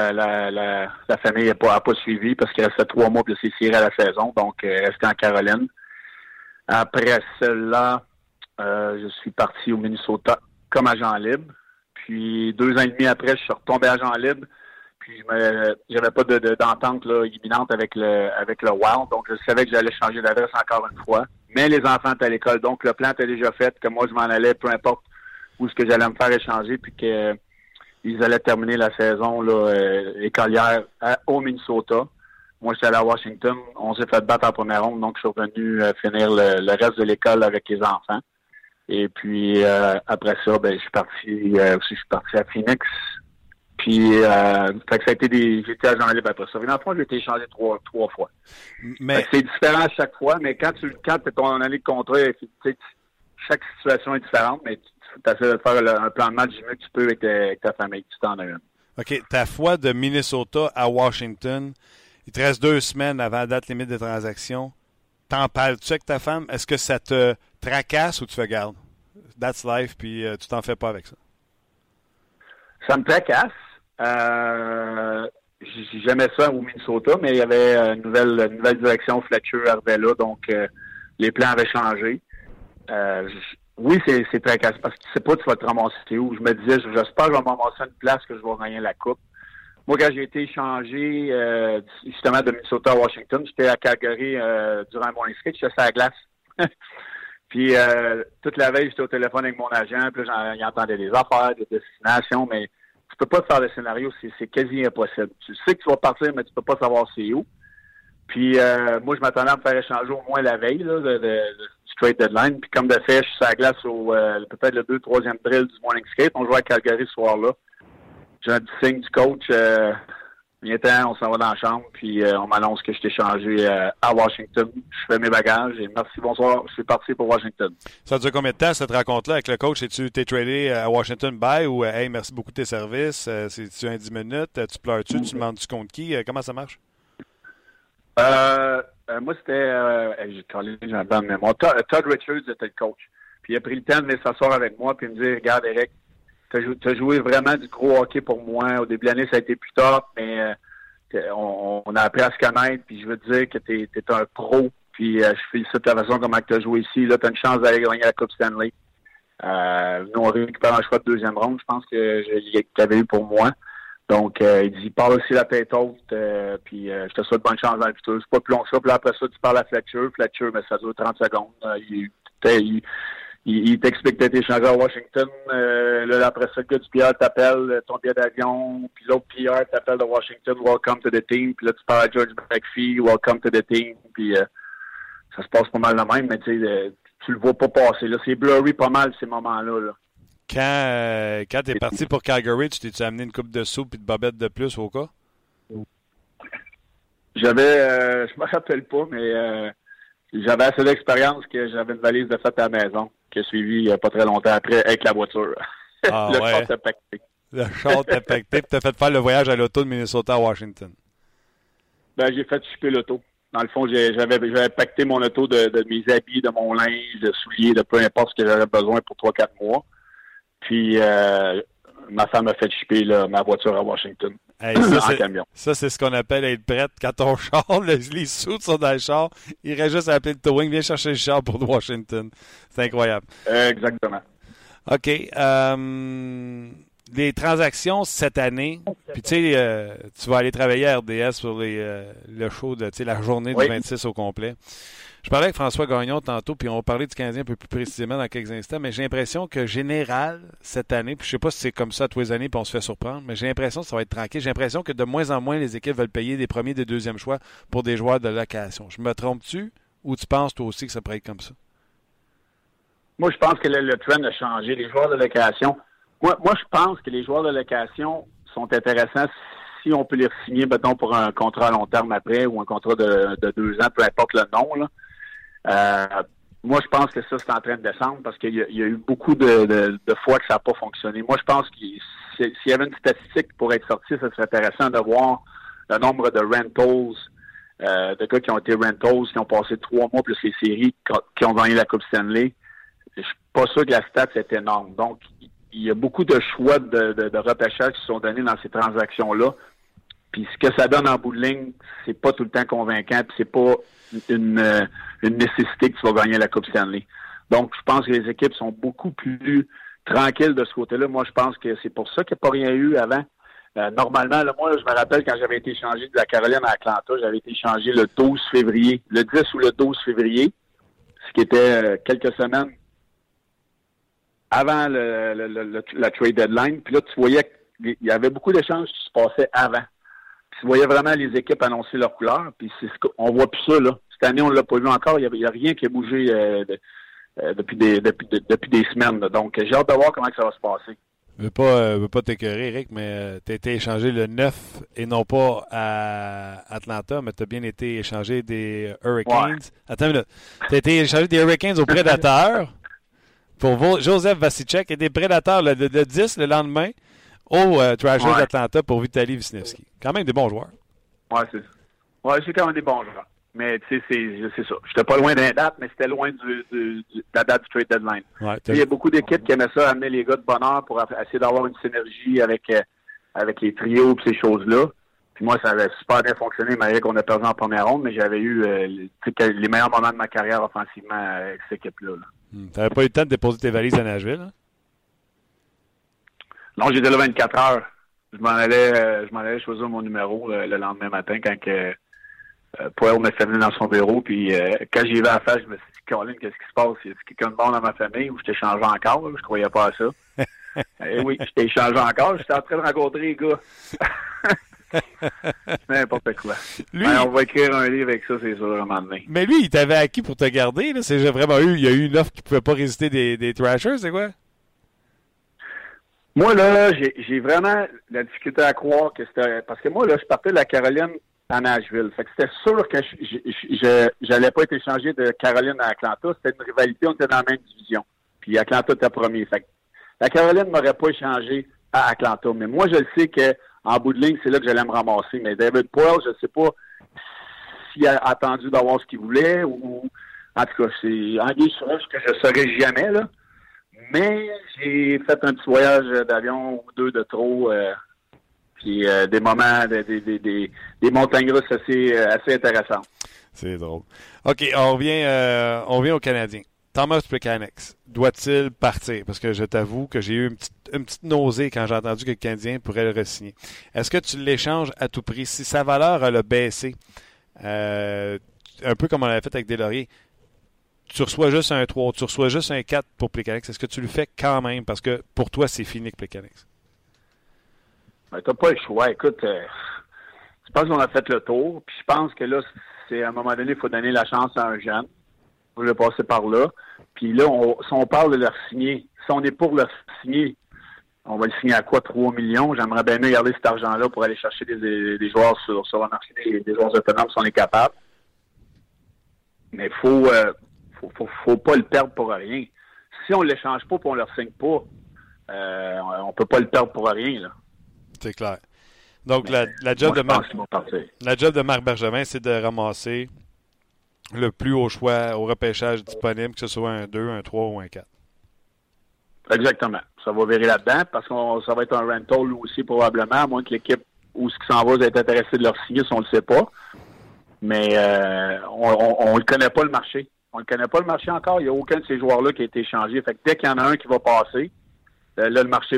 la famille n'a pas suivi parce qu'il restait 3 mois pour se tirer à la saison, donc resté en Caroline. Après cela, je suis parti au Minnesota comme agent libre. Puis 2 ans et demi après, je suis retombé agent libre. Puis j'avais pas d'entente là, imminente avec le Wild, donc je savais que j'allais changer d'adresse encore une fois. Mais les enfants étaient à l'école, donc le plan était déjà fait, que moi je m'en allais, peu importe où ce que j'allais me faire échanger, puis qu'ils allaient terminer la saison là, écolière au Minnesota. Moi, j'étais allé à Washington. On s'est fait battre en première ronde, donc je suis revenu finir le reste de l'école avec les enfants. Et puis, après ça, je suis parti à Phoenix. Puis, fait que ça a été j'étais agent libre après ça. Dans le fond, j'ai été échangé trois fois. Mais c'est différent à chaque fois, mais quand tu es ton année de contrat, chaque situation est différente, mais tu essaies de faire un plan de match du mieux que tu peux avec ta famille. Tu t'en as une. OK, ta fois de Minnesota à Washington, il te reste 2 semaines avant la date limite des transactions. T'en parles-tu avec ta femme? Est-ce que ça te tracasse ou tu fais garde? That's life, puis tu t'en fais pas avec ça. Ça me tracasse. J'aimais ça au Minnesota, mais il y avait une nouvelle direction. Fletcher arrivait là, donc les plans avaient changé. Oui, c'est tracassant parce que tu sais pas tu vas te ramasser où. Je me disais, j'espère que je vais me ramasser une place que je vais gagner la coupe. Moi, quand j'ai été échangé justement de Minnesota à Washington, j'étais à Calgary durant mon inscrit, j'étais sur la glace. Puis toute la veille, j'étais au téléphone avec mon agent, puis là, j'entendais des affaires, des destinations, mais tu peux pas te faire le scénario, c'est quasi impossible. Tu sais que tu vas partir, mais tu peux pas savoir c'est où. Puis moi, je m'attendais à me faire échanger au moins la veille là, de straight deadline. Puis comme de fait, je suis sur la glace au peut-être le 2-3e drill du morning skate. On jouait à Calgary ce soir-là. J'ai un petit signe du coach. Viens-t'en, on s'en va dans la chambre. Puis on m'annonce que je t'ai changé à Washington. Je fais mes bagages et merci, bonsoir. Je suis parti pour Washington. Ça dure combien de temps cette rencontre-là avec le coach? T'es tradé à Washington bye ou hey, merci beaucoup de tes services? C'est-tu un 10 minutes? Tu pleures-tu? Tu demandes-tu contre qui? Comment ça marche? Moi, c'était... j'ai un blanc de mémoire. Todd Richards était le coach. Puis il a pris le temps de venir s'asseoir avec moi puis me dire, regarde, Eric, t'as joué vraiment du gros hockey pour moi. Au début de l'année, ça a été plus tard, mais on a appris à se connaître. Puis je veux te dire que t'es un pro. Puis je félicite la façon comment tu as joué ici. Là, t'as une chance d'aller gagner la Coupe Stanley. Nous, on récupère un choix de 2e ronde, je pense que tu avais eu pour moi. Donc, il dit, parle aussi la tête haute, puis je te souhaite bonne chance dans le futur. C'est pas plus long que ça. Puis là, après ça, tu parles à Fletcher. Fletcher, mais ça dure 30 secondes. Il t'explique que t'es échangé à Washington. Là, après ça, le gars du PR t'appelle, ton billet d'avion. Puis l'autre PR t'appelle de Washington, welcome to the team. Puis là, tu parles à George McPhee, welcome to the team. Puis ça se passe pas mal de même, mais tu le vois pas passer. Là, c'est blurry pas mal ces moments-là. Là. Quand t'es parti pour Calgary, tu t'es amené une coupe de soupe et de bobettes de plus au cas? J'avais, je me rappelle pas, mais j'avais assez d'expérience que j'avais une valise de fête à la maison qui a suivi il n'y a pas très longtemps après avec la voiture. Ah, le ouais. char t'a pacté. Le char t'a pacté puis t'as fait faire le voyage à l'auto de Minnesota à Washington. J'ai fait chipper l'auto. Dans le fond, j'avais pacté mon auto de mes habits, de mon linge, de souliers, de peu importe ce que j'avais besoin pour 3-4 mois. Puis ma femme a fait chipper ma voiture à Washington. Hey, en camion. Ça, c'est ce qu'on appelle être prête quand ton char, les sous sont dans le char. Il reste juste à appeler le towing, viens chercher le char pour Washington. C'est incroyable. Exactement. OK. Les transactions cette année, puis tu sais, tu vas aller travailler à RDS pour le show de la journée du 26 au complet. Je parlais avec François Gagnon tantôt, puis on va parler du Canadien un peu plus précisément dans quelques instants, mais j'ai l'impression que général, cette année, puis je sais pas si c'est comme ça tous les années, puis on se fait surprendre, mais j'ai l'impression que ça va être tranquille. J'ai l'impression que de moins en moins, les équipes veulent payer des premiers, des deuxièmes choix pour des joueurs de location. Je me trompe-tu, ou tu penses toi aussi que ça pourrait être comme ça? Moi, je pense que le trend a changé. Les joueurs de location... Moi, je pense que les joueurs de location sont intéressants si on peut les signer, mettons, pour un contrat à long terme après ou un contrat de 2 ans, peu importe le nom, là. Moi, je pense que ça, c'est en train de descendre parce qu'il y a eu beaucoup de fois que ça n'a pas fonctionné. Moi, je pense qu'il s'il y avait une statistique pour être sortie, ça serait intéressant de voir le nombre de rentals, de gars qui ont été rentals, qui ont passé 3 mois plus les séries, qui ont gagné la Coupe Stanley. Je suis pas sûr que la stat est énorme. Donc, il y a beaucoup de choix de repêchage qui sont donnés dans ces transactions-là. Puis ce que ça donne en bout de ligne, c'est pas tout le temps convaincant, puis c'est pas une nécessité que tu vas gagner la Coupe Stanley. Donc, je pense que les équipes sont beaucoup plus tranquilles de ce côté-là. Moi, je pense que c'est pour ça qu'il n'y a pas rien eu avant. Normalement, là, moi, je me rappelle quand j'avais été échangé de la Caroline à Atlanta, j'avais été échangé le 12 février, le 10 ou le 12 février, ce qui était quelques semaines avant la trade deadline. Puis là, tu voyais qu'il y avait beaucoup d'échanges qui se passaient avant. Puis tu voyais vraiment les équipes annoncer leurs couleurs, puis on voit plus ça, là. Cette année, on ne l'a pas vu encore. Il y a rien qui a bougé depuis des semaines, là. Donc, j'ai hâte de voir comment ça va se passer. Je veux pas t'écœurer, Eric, mais tu as été échangé le 9 et non pas à Atlanta, mais tu as bien été échangé des Hurricanes. Ouais. Attends une minute. Tu as été échangé des Hurricanes aux Prédateurs pour Joseph Vasicek et des Prédateurs le 10 le lendemain aux Thrashers d'Atlanta pour Vitaly Wisniewski. Quand même des bons joueurs. C'est quand même des bons joueurs. Mais tu sais, c'est ça. J'étais pas loin d'un date, mais c'était loin de la date du trade deadline. Ouais, il y a beaucoup d'équipes qui aimaient ça, amener les gars de bonheur pour essayer d'avoir une synergie avec les trios et ces choses-là. Puis moi, ça avait super bien fonctionné, malgré qu'on a perdu en première ronde, mais j'avais eu les meilleurs moments de ma carrière offensivement avec cette équipe-là. Tu n'avais pas eu le temps de déposer tes valises à Nashville? Hein? Non, j'étais là 24 heures. Je m'en allais choisir mon numéro le lendemain matin quand Poel m'a fait venir dans son bureau, puis quand j'y vais à la face, je me suis dit, Colin, qu'est-ce qui se passe? Y a quelqu'un de bon dans ma famille ou je t'ai changé encore? Je croyais pas à ça. Et oui, je t'ai changé encore. J'étais en train de rencontrer les gars. N'importe quoi. Lui, on va écrire un livre avec ça, c'est sûr, à un moment donné. Mais lui, il t'avait acquis pour te garder. Là. Il y a eu une offre qui pouvait pas résister des Thrashers, c'est quoi? Moi, là, j'ai vraiment la difficulté à croire que c'était... Parce que moi, là, je partais de la Caroline à Nashville. Fait que c'était sûr que j'allais pas être échangé de Caroline à Atlanta. C'était une rivalité, on était dans la même division. Puis Atlanta était premier. Fait que la Caroline m'aurait pas échangé à Atlanta. Mais moi, je le sais que en bout de ligne, c'est là que j'allais me ramasser. Mais David Poile, je sais pas s'il a attendu d'avoir ce qu'il voulait ou... En tout cas, c'est anguille sur roche que je saurais jamais, là. Mais j'ai fait un petit voyage d'avion ou deux de trop, puis des moments, des montagnes russes assez intéressants. C'est drôle. OK, on revient aux Canadiens. Thomas Plekanec, doit-il partir? Parce que je t'avoue que j'ai eu une petite nausée quand j'ai entendu que le Canadien pourrait le re-signer. Est-ce que tu l'échanges à tout prix? Si sa valeur a baissé, un peu comme on l'avait fait avec Deslauriers, tu reçois juste un 3, tu reçois juste un 4 pour Plekanec. Est-ce que tu le fais quand même? Parce que pour toi, c'est fini que Plekanec. Ben, t'as pas le choix. Écoute, je pense qu'on a fait le tour. Puis je pense que là, c'est à un moment donné, il faut donner la chance à un jeune. Il faut le passer par là. Puis là, si on parle de le signer, si on est pour le signer, on va le signer à quoi? 3 millions? J'aimerais bien mieux garder cet argent-là pour aller chercher des joueurs sur le marché, des joueurs autonomes si on est capable. Mais faut pas le perdre pour rien. Si on ne l'échange pas et on ne le signe pas, on peut pas le perdre pour rien, là. C'est clair. Donc, la job de Marc Bergevin, c'est de ramasser le plus haut choix au repêchage disponible, que ce soit un 2, un 3 ou un 4. Exactement. Ça va virer là-dedans parce que ça va être un rental aussi probablement, à moins que l'équipe où ce qui s'en va est intéressé de leur signer si on ne le sait pas. Mais on ne connaît pas le marché. On ne connaît pas le marché encore. Il n'y a aucun de ces joueurs-là qui a été échangé. Fait que dès qu'il y en a un qui va passer, là, le marché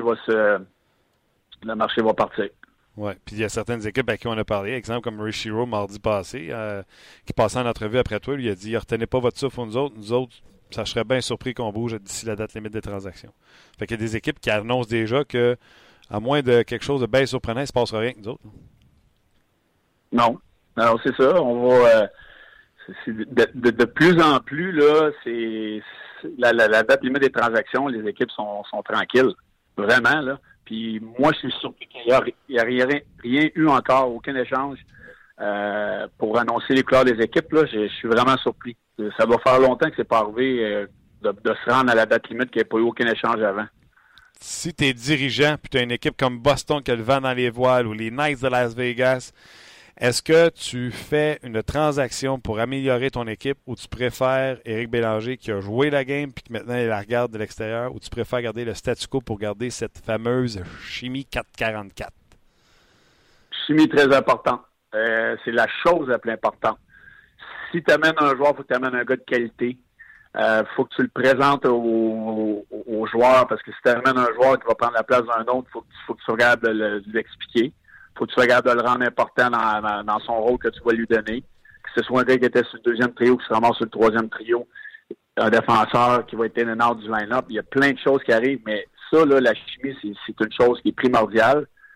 va partir. Oui. Puis il y a certaines équipes à qui on a parlé. Exemple comme Rishiro mardi passé, qui passait en entrevue après toi, lui a dit « Retenez pas votre souffle nous autres. Nous autres, ça serait bien surpris qu'on bouge d'ici la date limite des transactions. » Fait qu'il y a des équipes qui annoncent déjà que, à moins de quelque chose de bien surprenant, il ne se passera rien que nous autres. Non. Alors, c'est ça. On va... De plus en plus, là, c'est la date limite des transactions, les équipes sont tranquilles. Vraiment, là. Puis moi, je suis surpris qu'il n'y a rien eu encore, aucun échange pour annoncer les couleurs des équipes. Là, je suis vraiment surpris. Ça doit faire longtemps que c'est pas arrivé de se rendre à la date limite qu'il n'y a pas eu aucun échange avant. Si tu es dirigeant puis tu as une équipe comme Boston qui a le vent dans les voiles ou les Knights de Las Vegas, est-ce que tu fais une transaction pour améliorer ton équipe ou tu préfères Éric Bélanger qui a joué la game puis que maintenant il la regarde de l'extérieur ou tu préfères garder le statu quo pour garder cette fameuse chimie 444? Chimie très importante. C'est la chose la plus importante. Si tu amènes un joueur, il faut que tu amènes un gars de qualité. Faut que tu le présentes aux joueurs parce que si tu amènes un joueur qui va prendre la place d'un autre, faut que tu regardes de l'expliquer. Faut que tu regardes de le rendre important dans son rôle que tu vas lui donner. Que ce soit un gars qui était sur le deuxième trio, qui se ramasse sur le troisième trio, un défenseur qui va être in and out du line-up. Il y a plein de choses qui arrivent, mais ça, là, la chimie, c'est une chose qui est primordiale.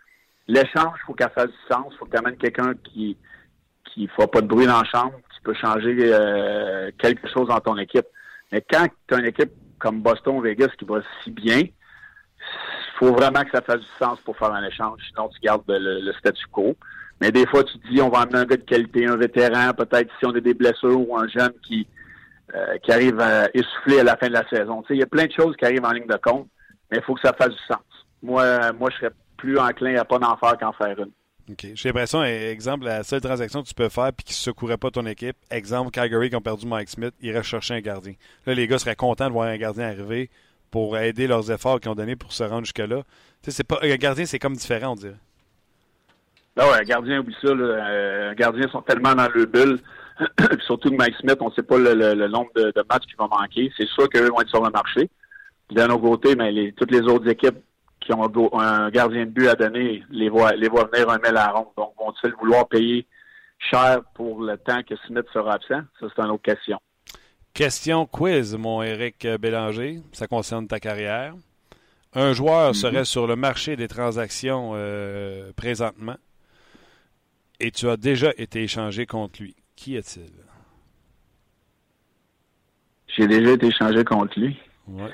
l'échange, il faut qu'elle fasse du sens. Il faut que tu amènes quelqu'un qui ne fera pas de bruit dans la chambre, qui peut changer quelque chose dans ton équipe. Mais quand tu as une équipe comme Boston ou Vegas qui va si bien, il faut vraiment que ça fasse du sens pour faire un échange. Sinon, tu gardes le statu quo. Mais des fois, tu te dis, on va amener un gars de qualité, un vétéran, peut-être si on a des blessures ou un jeune qui arrive essoufflé à la fin de la saison. Tu sais, il y a plein de choses qui arrivent en ligne de compte, mais il faut que ça fasse du sens. Moi, je serais plus enclin à pas d'en faire qu'en faire une. OK. J'ai l'impression, exemple, la seule transaction que tu peux faire puis qui ne secourait pas ton équipe, exemple, Calgary qui ont perdu Mike Smith, ils iraient chercher un gardien. Là, les gars seraient contents de voir un gardien arriver pour aider leurs efforts qu'ils ont donnés pour se rendre jusque-là. Tu sais, c'est pas, un gardien, c'est comme différent, on dirait. Ah ouais, un gardien, oublie ça. Un gardien sont tellement dans le bulle. Surtout que Mike Smith, on ne sait pas le nombre de matchs qu'il va manquer. C'est sûr qu'eux vont être sur le marché. Puis d'un autre côté, mais toutes les autres équipes qui ont un gardien de but à donner les voient venir un mail à la ronde. Donc, vont-ils vouloir payer cher pour le temps que Smith sera absent? Ça, c'est une autre question. Question quiz, mon Éric Bélanger. Ça concerne ta carrière. Un joueur serait sur le marché des transactions présentement et tu as déjà été échangé contre lui. Qui est-il? J'ai déjà été échangé contre lui. Ouais.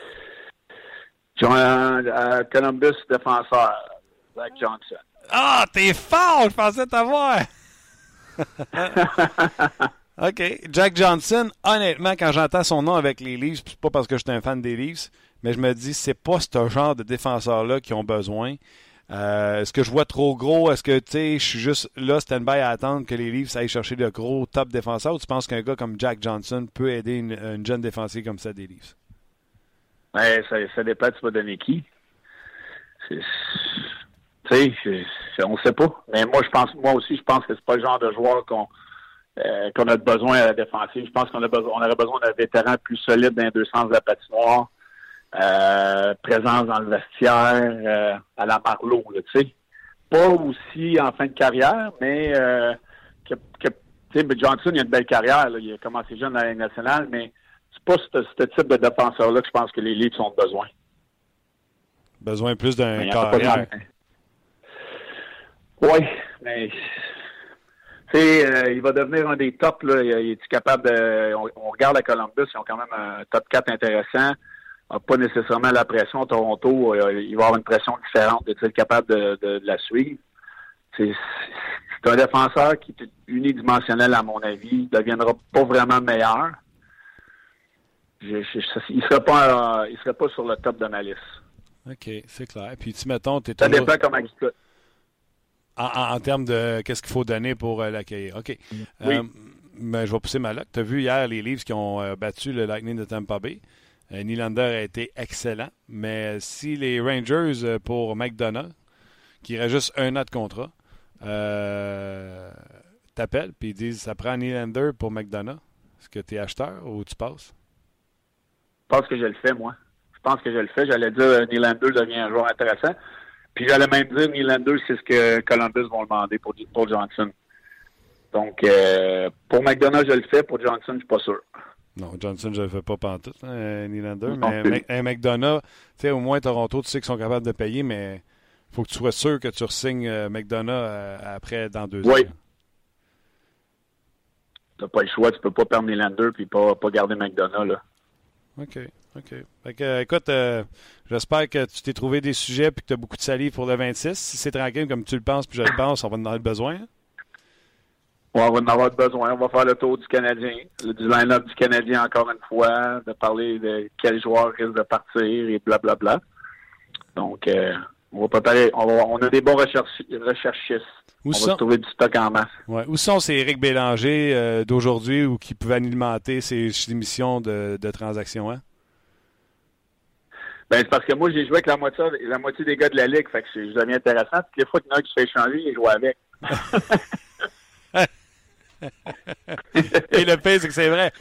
Columbus, défenseur, Zach Johnson. Ah, t'es fort! Je pensais t'avoir! OK. Jack Johnson, honnêtement, quand j'entends son nom avec les Leafs, c'est pas parce que je suis un fan des Leafs, mais je me dis, c'est pas ce genre de défenseur-là qui ont besoin. Est-ce que je vois trop gros? Est-ce que, tu sais, je suis juste là, stand-by à attendre que les Leafs aillent chercher de gros top défenseurs? Ou tu penses qu'un gars comme Jack Johnson peut aider une jeune défensive comme ça des Leafs? Ouais, ça dépend, tu vas donner qui. Tu sais, on sait pas. Mais moi aussi, je pense que c'est pas le genre de joueur qu'on a besoin à la défensive. Je pense qu'on aurait besoin d'un vétéran plus solide dans les deux sens de la patinoire. Présence dans le vestiaire, à la Marleau, tu sais. Pas aussi en fin de carrière, mais Johnson, il a une belle carrière. Là. Il a commencé jeune dans la Ligue nationale, mais c'est pas ce type de défenseur-là que je pense que les Leafs ont besoin. Besoin plus d'un carrière. Oui, mais il va devenir un des tops. Là. Il est capable de... On regarde à Columbus, ils ont quand même un top 4 intéressant. Pas nécessairement la pression. Toronto, il va y avoir une pression différente. Est-il capable de la suivre? C'est un défenseur qui est unidimensionnel, à mon avis. Il ne deviendra pas vraiment meilleur. Il serait pas sur le top de ma liste. OK, c'est clair. Puis, mettons, tu es ça dépend comment il se... En termes de qu'est-ce qu'il faut donner pour l'accueillir. OK. Oui. Mais je vais pousser ma luck. Tu as vu hier les Leafs qui ont battu le Lightning de Tampa Bay. Nylander a été excellent. Mais si les Rangers, pour McDonough, qui aurait juste un an de contrat, t'appellent et ils disent ça prend Nylander pour McDonough, est-ce que tu es acheteur ou tu passes? Je pense que je le fais, moi. Je pense que je le fais. J'allais dire Nylander devient un joueur intéressant. Puis j'allais même dire Nylander, c'est ce que Columbus vont demander pour Johnson. Donc, pour McDonough, je le fais. Pour Johnson, je ne suis pas sûr. Non, Johnson, je ne le fais pas pantoute, Nylander. Mais un McDonough, tu sais, au moins Toronto, tu sais qu'ils sont capables de payer, mais il faut que tu sois sûr que tu re-signes McDonough après dans 2 ans. Oui. Tu n'as pas le choix. Tu ne peux pas perdre Nylander puis pas garder McDonough, là. OK. Fait que, écoute, j'espère que tu t'es trouvé des sujets et que tu as beaucoup de salive pour le 26. Si c'est tranquille comme tu le penses puis je le pense, on va en avoir besoin. Ouais, on va en avoir besoin. On va faire le tour du Canadien, du line-up du Canadien encore une fois, de parler de quel joueur risque de partir et blablabla. Donc, on va préparer. On a des bons recherchistes. On va se trouver du stock en masse. Ouais. Où sont ces Éric Bélanger d'aujourd'hui ou qui pouvaient alimenter ces émissions de transactions? Hein? Ben, c'est parce que moi, j'ai joué avec la moitié des gars de la Ligue. Fait que je deviens intéressant. Toutes les fois qu'il y en a qui se fait échanger, il joue avec. Et le pire, c'est que c'est vrai.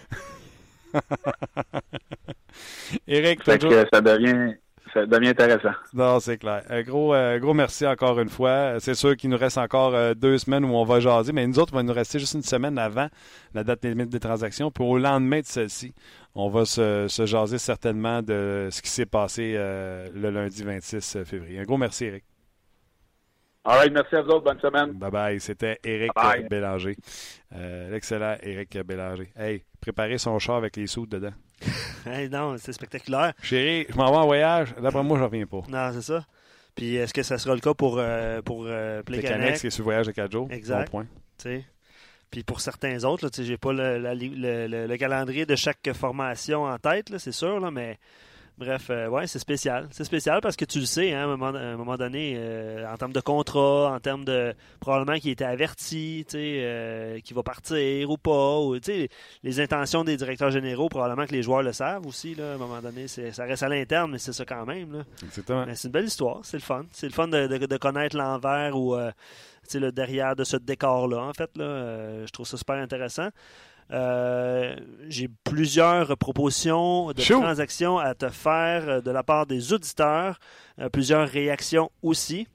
Éric, fait que ça devient intéressant. Non, c'est clair. Un gros merci encore une fois. C'est sûr qu'il nous reste encore 2 semaines où on va jaser, mais nous autres, il va nous rester juste une semaine avant la date limite des transactions. Puis au lendemain de celle-ci, on va se jaser certainement de ce qui s'est passé le lundi 26 février. Un gros merci, Éric. All right, merci à vous autres. Bonne semaine. Bye-bye. C'était Éric Bélanger. L'excellent Éric Bélanger. Hey, préparez son char avec les sous dedans. Hey, non, c'est spectaculaire. Chérie, je m'en vais en voyage. D'après moi, je reviens pas. Non, c'est ça. Puis est-ce que ça sera le cas pour Plekanec qui est sur le voyage de 4 jours. Exact. Bon point. T'sais. Puis pour certains autres, je n'ai pas le calendrier de chaque formation en tête, là, c'est sûr, là, mais bref, ouais, c'est spécial. C'est spécial parce que tu le sais, hein, à un moment donné, en termes de contrat, en termes de probablement qu'il était averti, qu'il va partir ou pas, ou les intentions des directeurs généraux, probablement que les joueurs le savent aussi, là, à un moment donné, ça reste à l'interne, mais c'est ça quand même. Là. Exactement. Mais c'est une belle histoire, c'est le fun. C'est le fun de connaître l'envers ou le derrière de ce décor-là, en fait. Là, je trouve ça super intéressant. J'ai plusieurs propositions de transactions à te faire de la part des auditeurs, plusieurs réactions aussi.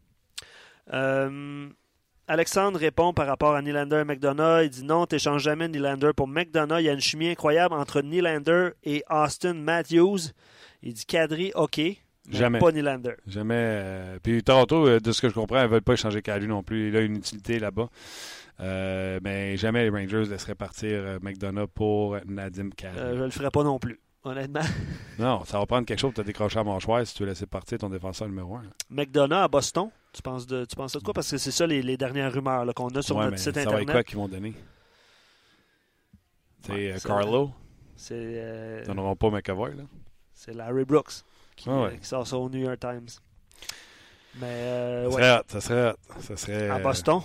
Alexandre répond par rapport à Nylander et McDonough. Il dit non, tu n'échanges jamais Nylander pour McDonough. Il y a une chimie incroyable entre Nylander et Austin Matthews. Il dit Kadri, OK. Jamais. Pas Nylander. Jamais. Puis Toronto, de ce que je comprends, ils ne veulent pas échanger Kadri non plus. Il a une utilité là-bas. Mais jamais les Rangers laisseraient partir McDonough pour Nadim Kadri. Je ne le ferais pas non plus, honnêtement. Non, ça va prendre quelque chose pour te décrocher à mâchoire si tu veux laisser partir ton défenseur numéro 1. McDonough à Boston, tu penses de quoi? Parce que c'est ça les dernières rumeurs là, qu'on a sur notre site Internet. Ça va être quoi qu'ils vont donner? C'est Carlo? Ils donneront pas McAvoy, là? C'est Larry Brooks qui sort ça au New York Times. Mais ça serait à Boston?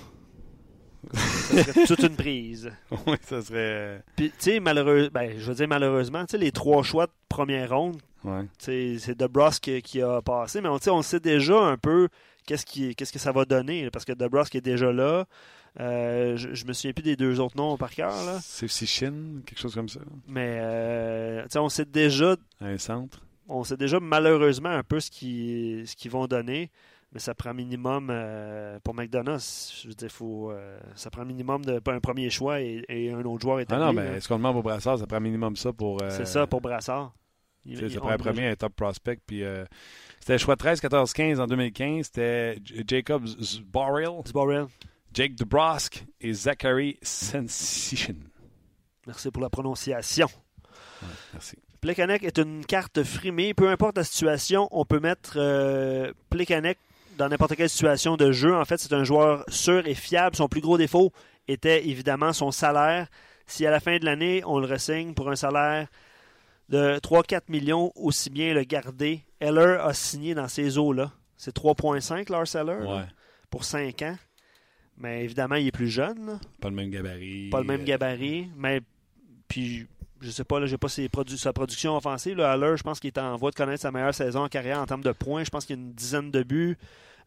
Ça serait toute une prise. Oui, ça serait... Puis, tu sais, malheureusement, les 3 choix de première ronde, c'est DeBrusk qui a passé, mais on sait déjà un peu qu'est-ce que ça va donner, parce que DeBrusk est déjà là. Je me souviens plus des 2 autres noms par cœur. C'est Sichin, quelque chose comme ça. Mais, on sait déjà... Un centre. On sait déjà malheureusement un peu ce qu'ils vont donner. Mais ça prend minimum, pour McDonough, je veux dire, ça prend minimum un premier choix et un autre joueur établi. Ah non, mais ce qu'on demande au Brassard, ça prend minimum ça pour... C'est ça, pour Brassard. Ça prend un premier, un top prospect. Puis c'était le choix 13, 14, 15 en 2015. C'était Jacob Zboril, Jake DeBrusk et Zachary Sensichin. Merci pour la prononciation. Ouais, merci. Plekanec est une carte frimée. Peu importe la situation, on peut mettre Plekanec dans n'importe quelle situation de jeu. En fait, c'est un joueur sûr et fiable. Son plus gros défaut était évidemment son salaire. Si à la fin de l'année, on le re-signe pour un salaire de 3-4 millions, aussi bien le garder. Heller a signé dans ces eaux-là. C'est 3,5 Lars Heller pour 5 ans. Mais évidemment, il est plus jeune. Là. Pas le même gabarit. Pas le même gabarit. Mais puis... Je sais pas, là, j'ai pas sa production offensive. Là, Haller, je pense qu'il est en voie de connaître sa meilleure saison en carrière en termes de points. Je pense qu'il y a une dizaine de buts,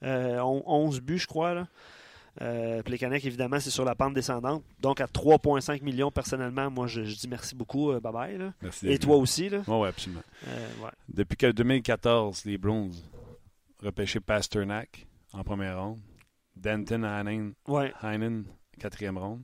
11 buts, je crois. Là. Plekanec, évidemment, c'est sur la pente descendante. Donc, à 3,5 millions, personnellement, moi, je dis merci beaucoup. Bye-bye. Là. Merci. Et toi aussi. Là. Oui, absolument. Depuis que 2014, les Bruins repêchaient Pasternak en première ronde, Denton Heinen, 4e ronde.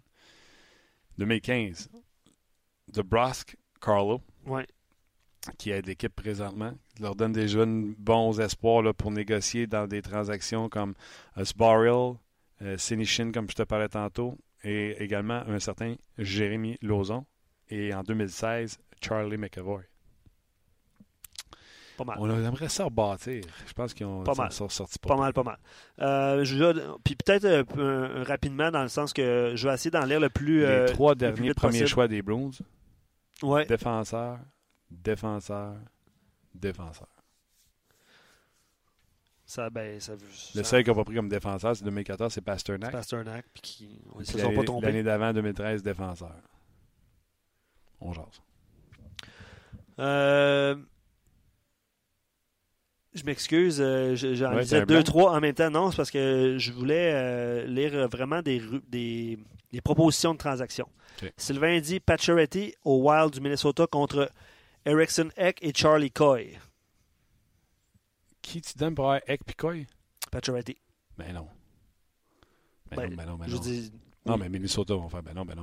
2015, DeBrusk, Carlo, qui aide l'équipe présentement. Il leur donne des jeunes bons espoirs là, pour négocier dans des transactions comme Zboril, Senishin, comme je te parlais tantôt, et également un certain Jérémy Lauzon. Et en 2016, Charlie McAvoy. Pas mal. On aimerait ça rebâtir. Je pense qu'ils ont sorti pas mal. Puis peut-être rapidement, dans le sens que je vais essayer d'en lire le plus. Les 3 derniers premiers possible. Choix des Bruins. Ouais. Défenseur. Le seul qui n'a pas pris comme défenseur, c'est 2014, c'est Pasternak. Puis ils se sont pas trompés. L'année d'avant, 2013, défenseur. On jase. Je m'excuse, j'en disais 2-3 en même temps. Non, c'est parce que je voulais lire vraiment des propositions de transactions. Okay. Sylvain dit Pacioretty au Wild du Minnesota contre Eriksson Ek et Charlie Coy. Qui tu donnes pour avoir Ek et Coy? Pacioretty. Ben non. Je dis... Non, mais Minnesota vont faire ben non.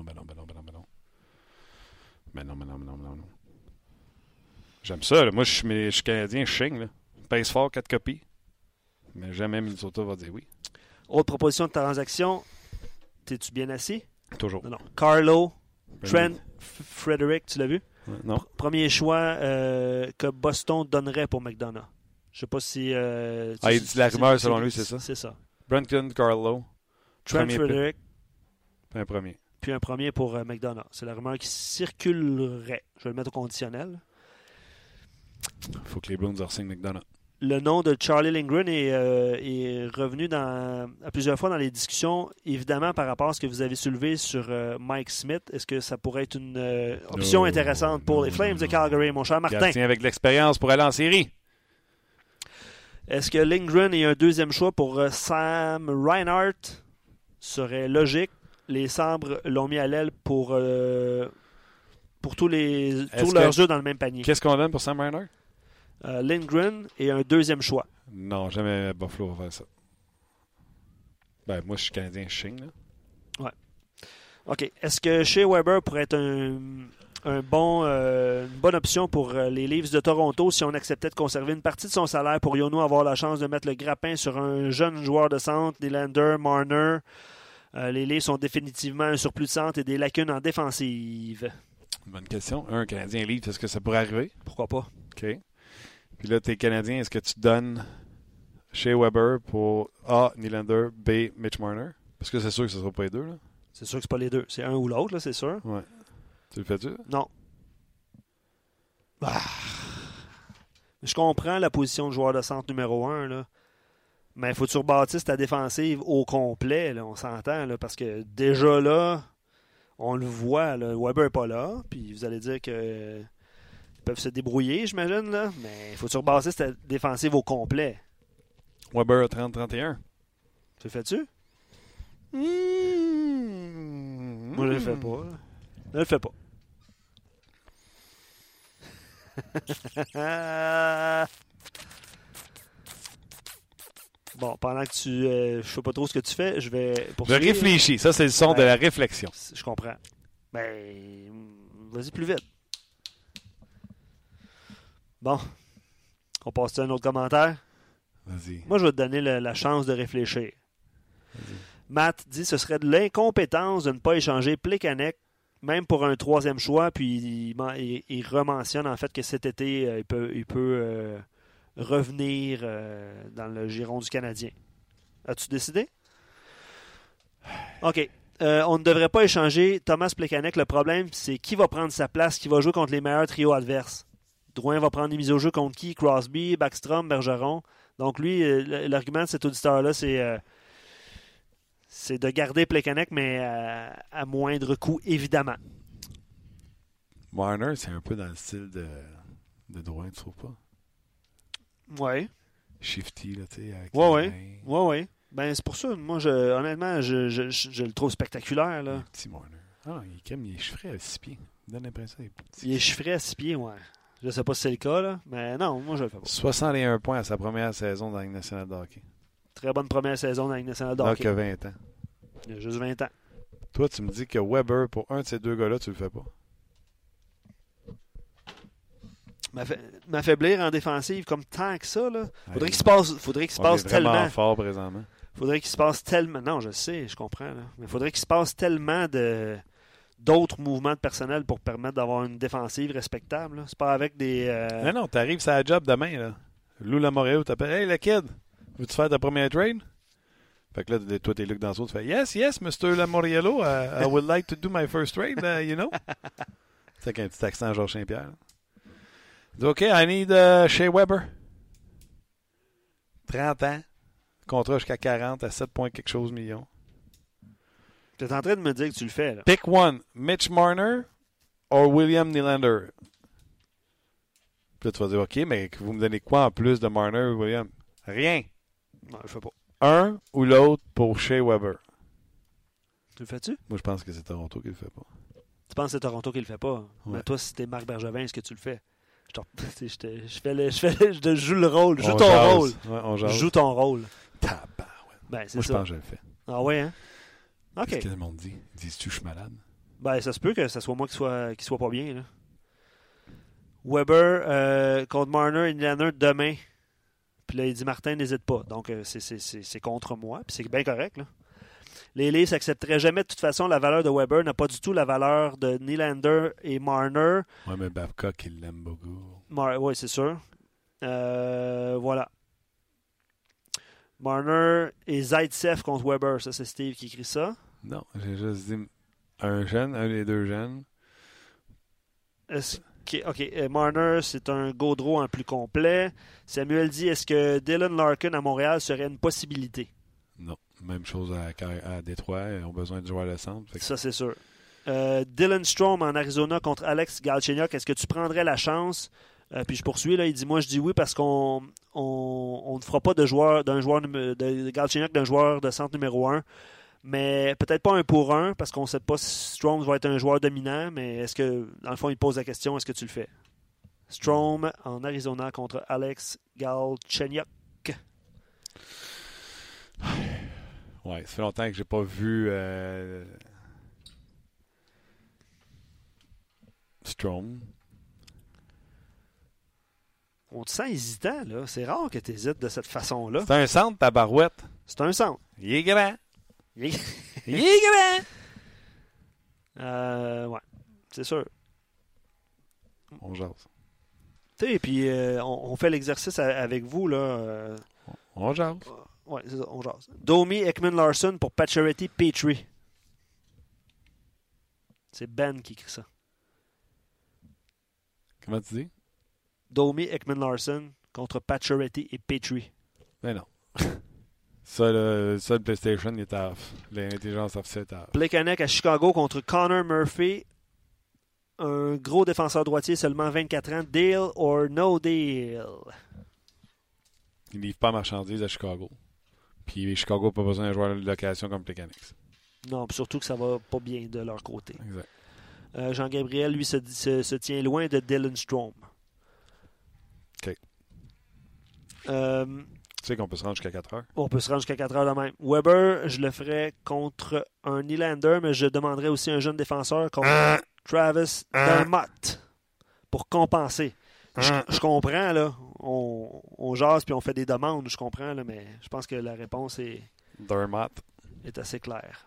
J'aime ça. Là. Moi, je suis Canadien, je chigne. Pince fort, 4 copies. Mais jamais Minnesota va dire oui. Autre proposition de transaction. T'es-tu bien assis? Toujours. Non. Carlo, Trent, Frederick, tu l'as vu? Non. Premier choix que Boston donnerait pour McDonough. Je sais pas si... il dit la rumeur selon lui, c'est ça? C'est ça. Brenton, Carlo. Trent, Frederick. Puis un premier. Puis un premier pour McDonough. C'est la rumeur qui circulerait. Je vais le mettre au conditionnel. Il faut que les Bruins re-signent McDonough. Le nom de Charlie Lindgren est revenu à plusieurs fois dans les discussions, évidemment par rapport à ce que vous avez soulevé sur Mike Smith. Est-ce que ça pourrait être une option intéressante pour les Flames de Calgary, mon cher Martin? Gardien avec de l'expérience pour aller en série. Est-ce que Lindgren et un deuxième choix pour Sam Reinhart serait logique? Les Sabres l'ont mis à l'aile pour tous leurs œufs dans le même panier. Qu'est-ce qu'on donne pour Sam Reinhart? Lindgren et un deuxième choix. Non, jamais Buffalo va faire ça. Ben, moi, je suis Canadien, je signe, là. Ouais. OK. Est-ce que Shea Weber pourrait être une bonne option pour les Leafs de Toronto si on acceptait de conserver une partie de son salaire pour Yono avoir la chance de mettre le grappin sur un jeune joueur de centre, Nylander, Marner? Les Leafs ont définitivement un surplus de centre et des lacunes en défensive. Bonne question. Un Canadien Leafs, est-ce que ça pourrait arriver? Pourquoi pas? OK. Puis là, t'es Canadien, est-ce que tu donnes Shea Weber pour A, Nylander, B, Mitch Marner? Parce que c'est sûr que ce ne sera pas les deux, là. C'est sûr que c'est pas les deux. C'est un ou l'autre, là, c'est sûr. Ouais. Tu le fais-tu? Non. Je comprends la position de joueur de centre numéro 1, là. Mais il faut que tu rebâtisses ta défensive au complet, là, on s'entend, là, parce que déjà là, on le voit, là, Weber n'est pas là, puis vous allez dire que ils peuvent se débrouiller, j'imagine, là, mais il faut que tu rebâtisses ta défensive au complet. Weber 30-31. Tu le fais-tu? Moi, je le fais pas. Là. Je le fais pas. Bon, pendant que je sais pas trop ce que tu fais, je vais... Je réfléchis. Ça, c'est le son de la réflexion. Je comprends. Ben, vas-y plus vite. Bon. On passe à un autre commentaire? Vas-y. Moi, je vais te donner la chance de réfléchir. Vas-y. Matt dit ce serait de l'incompétence de ne pas échanger Plekanec, même pour un troisième choix, puis il rementionne en fait que cet été, il peut revenir dans le giron du Canadien. As-tu décidé? OK. On ne devrait pas échanger Thomas Plekanec. Le problème, c'est qui va prendre sa place, qui va jouer contre les meilleurs trios adverses. Drouin va prendre des mises au jeu contre qui? Crosby, Backstrom, Bergeron. Donc lui, l'argument de cet auditeur-là, c'est de garder Plekanec, mais à moindre coût, évidemment. Marner, c'est un peu dans le style de Drouin, tu trouves pas? Oui. Shifty, là, tu sais. Oui. Ben, c'est pour ça. Moi, honnêtement, je le trouve spectaculaire, là. Le petit Marner. Ah, il est chiffré à 6 pieds. Il donne l'impression qu'il est petit. Il est chiffré à 6 pieds, ouais. Je sais pas si c'est le cas, là. Mais non, moi, je le fais pas. 61 points à sa première saison dans la Ligue nationale de hockey. Très bonne première saison dans la Ligue nationale de hockey. Là, qu'il a 20 ans. Il a juste 20 ans. Toi, tu me dis que Weber, pour un de ces deux gars-là, tu le fais pas. M'affaiblir en défensive comme tant que ça, là. Faudrait qu'il se passe tellement. Fort présentement. Faudrait qu'il se passe tellement. Non, je sais, je comprends, là. Mais faudrait qu'il se passe tellement d'autres mouvements de personnel pour permettre d'avoir une défensive respectable, là. C'est pas avec des. Non, t'arrives sur la job demain, là. Lou Lamoriello t'appelle. Hey, le kid, veux-tu faire ta première trade? Fait que là, toi, t'es Luc Danseau, tu fais Yes, Mr. Lamoriello, I would like to do my first trade, you know? C'est avec un petit accent Georges Saint-Pierre. Il dit OK, I need Shea Weber. 30 ans. Contrat jusqu'à 40 à 7 points quelque chose millions. Tu es en train de me dire que tu le fais, là. Pick one. Mitch Marner or William Nylander. Puis là, tu vas dire OK, mais vous me donnez quoi en plus de Marner ou William? Rien. Non, je le fais pas. Un ou l'autre pour Shea Weber. Tu le fais-tu? Moi, je pense que c'est Toronto qui le fait pas. Tu penses que c'est Toronto qui le fait pas? Ouais. Mais toi, si t'es Marc Bergevin, est-ce que tu le fais? Je joue le rôle. Joue ton rôle. Ouais, on jase. Joue ton rôle. Tabarouette. Ben, c'est Moi, je ça. pense que je le fais. Ah ouais, hein? OK. Qu'est-ce que le monde dit? Ils disent-tu que je suis malade? Ben, ça se peut que ça soit moi qui soit pas bien, là. Weber contre Marner et Nylander demain. Puis là, il dit Martin, n'hésite pas. Donc, c'est contre moi. Puis c'est bien correct. Là. Les Leafs n'accepteraient jamais de toute façon la valeur de Weber, n'a pas du tout la valeur de Nylander et Marner. Oui, mais Babcock, il l'aime beaucoup. Oui, c'est sûr. Voilà. Marner et Zaitsev contre Weber. Ça, c'est Steve qui écrit ça. Non, j'ai juste dit un des deux jeunes. OK. Marner, c'est un Gaudreau en plus complet. Samuel dit, est-ce que Dylan Larkin à Montréal serait une possibilité? Non. Même chose à Détroit. Ils ont besoin de joueurs de centre. Ça, c'est sûr. Dylan Strome en Arizona contre Alex Galchenyuk. Est-ce que tu prendrais la chance? Puis je poursuis. Là, il dit, moi, je dis oui parce qu'on ne fera pas de Galchenyuk d'un joueur de centre numéro 1. Mais peut-être pas un pour un, parce qu'on ne sait pas si Strome va être un joueur dominant, mais est-ce que, dans le fond, il pose la question, est-ce que tu le fais? Strome en Arizona contre Alex Galchenyuk. Ouais, ça fait longtemps que j'ai pas vu Strome. On te sent hésitant, là. C'est rare que tu hésites de cette façon-là. C'est un centre, ta barouette. C'est un centre. Il est grand. Il est grand. Ouais, c'est sûr. On jase. Tu sais, puis on fait l'exercice avec vous, là. On jase. Ouais, c'est ça, on jase. Domi, Ekman-Larsson pour Pacioretty, Petrie. C'est Ben qui écrit ça. Comment tu dis? Domi, Ekman-Larsson contre Pacioretty et Petrie. Ben non. Ça, le PlayStation, il est off. L'intelligence artificielle est off. Plekanec à Chicago contre Connor Murphy. Un gros défenseur droitier, seulement 24 ans. Deal or no deal? Ils ne livrent pas marchandises à Chicago. Puis Chicago n'a pas besoin d'un joueur de location comme Plekanec. Non, surtout que ça va pas bien de leur côté. Exact. Jean-Gabriel, lui, se tient loin de Dylan Strome. OK. Tu sais qu'on peut se rendre jusqu'à 4 heures? On peut se rendre jusqu'à 4 heures de même. Weber, je le ferais contre un Nylander, mais je demanderais aussi un jeune défenseur contre Travis Dermott pour compenser. Je comprends, là. On jase puis on fait des demandes, je comprends, là, mais je pense que la réponse est assez claire.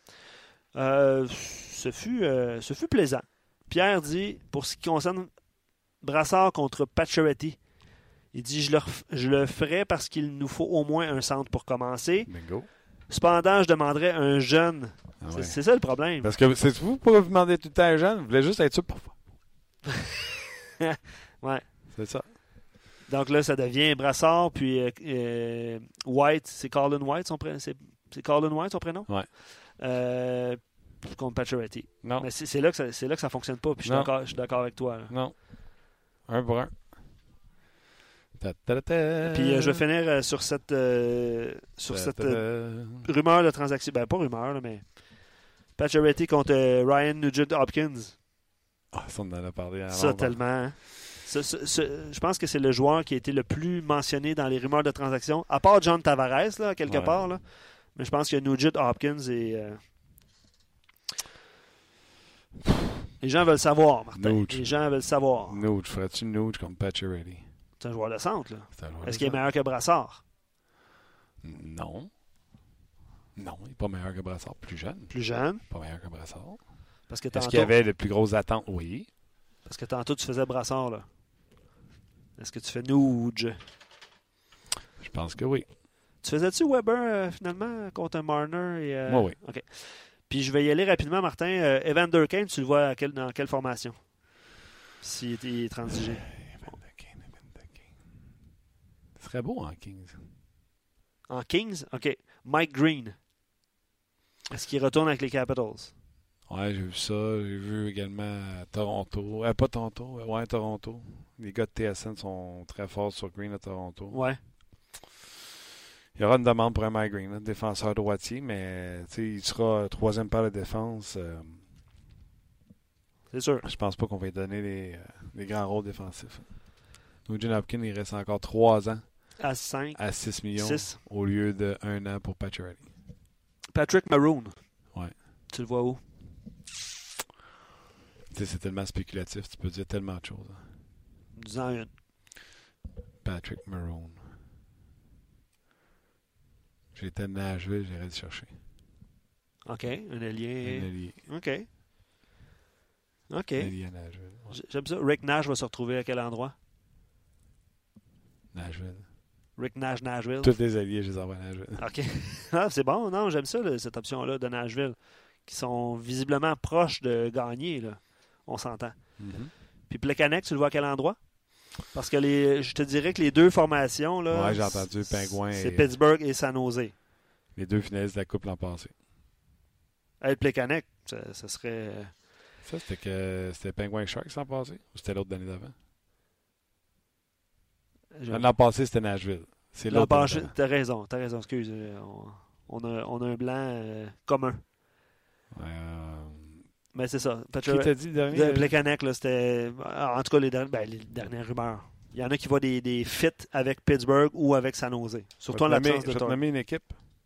Ce fut plaisant. Pierre dit, pour ce qui concerne Brassard contre Pacioretty, il dit, je le ferai parce qu'il nous faut au moins un centre pour commencer. Bingo. Cependant, je demanderais un jeune. Ah ouais. C'est ça le problème. Parce que c'est vous pourquoi vous demandez tout le temps un jeune? Vous voulez juste être sûr parfois. Ouais. C'est ça. Donc là, ça devient Brassard, puis White. C'est Colin White son prénom? C'est Colin White son prénom? Ouais. Contre Pacioretty. Non. Mais c'est là que ça fonctionne pas, puis je suis d'accord avec toi. Là. Non. 1 pour 1. Puis je vais finir sur cette rumeur de transaction. Ben, pas rumeur, là, mais Pacioretty contre Ryan Nugent-Hopkins. Ah, ça, on en a parlé avant. Ça, tellement. Hein? Je pense que c'est le joueur qui a été le plus mentionné dans les rumeurs de transaction, à part John Tavares, là, quelque part. Là. Mais je pense que Nugent-Hopkins est... Les gens veulent savoir, Martin. Nuge. Les gens veulent savoir. Nuge. Ferais-tu Nuge comme Pacioretty? C'est un joueur de centre, là. Joueur Est-ce qu'il est meilleur que Brassard? Non. Non, il n'est pas meilleur que Brassard. Plus jeune. Plus jeune. Pas meilleur que Brassard. Parce que Est-ce qu'il y avait de plus grosses attentes? Oui. Parce que tantôt, tu faisais Brassard, là. Est-ce que tu fais Nuge? Je pense que oui. Tu faisais-tu Weber, finalement, contre Marner? Et, Moi, oui. OK. Puis je vais y aller rapidement, Martin. Evander Kane, tu le vois dans quelle formation? S'il est transigé. Evander Kane. Ce serait beau en Kings. En Kings? OK. Mike Green. Est-ce qu'il retourne avec les Capitals? Ouais, j'ai vu ça. J'ai vu également à Toronto. Pas Toronto. Ouais, Toronto. Les gars de TSN sont très forts sur Green à Toronto. Ouais. Il y aura une demande pour un Mike Green, défenseur droitier, mais il sera troisième paire de défense. C'est sûr. Je pense pas qu'on va lui donner les grands rôles défensifs. Nugent Hopkins, il reste encore 3 ans. À 5. À 6 millions. 6. Au lieu de 1 an pour Pacioretty. Patrick Maroon. Ouais. Tu le vois où? C'est tellement spéculatif. Tu peux dire tellement de choses. Dis-en une. Patrick Maroon. J'étais à Nashville, j'irai le chercher. OK, un allié. OK. Un allié à Nashville. Ouais. J'aime ça. Rick Nash va se retrouver à quel endroit? Nashville. Rick Nash, Nashville. Tous les alliés, je les envoie à Nashville. OK. Ah, c'est bon. Non, j'aime ça, cette option-là de Nashville, qui sont visiblement proches de gagner, là. On s'entend. Mm-hmm. Puis Plekanec, tu le vois à quel endroit? Parce que je te dirais que les deux formations, là, ouais, j'ai entendu Pingouin. C'est Pittsburgh et San Jose. Les deux finalistes de la Coupe l'an passé. Être Plekanec, ça serait... Ça, c'était Pingouin Sharks l'an passé ou c'était l'autre d'année d'avant? L'an passé, c'était Nashville. C'est l'autre d'année d'avant. T'as raison, excuse. On a un blanc commun. Mais c'est ça. Qui t'a dit le dernier? Plekanec, là, c'était... En tout cas, les dernières rumeurs. Il y en a qui voient des fits avec Pittsburgh ou avec San Jose. Surtout en l'absence de Je vais te nommer une équipe.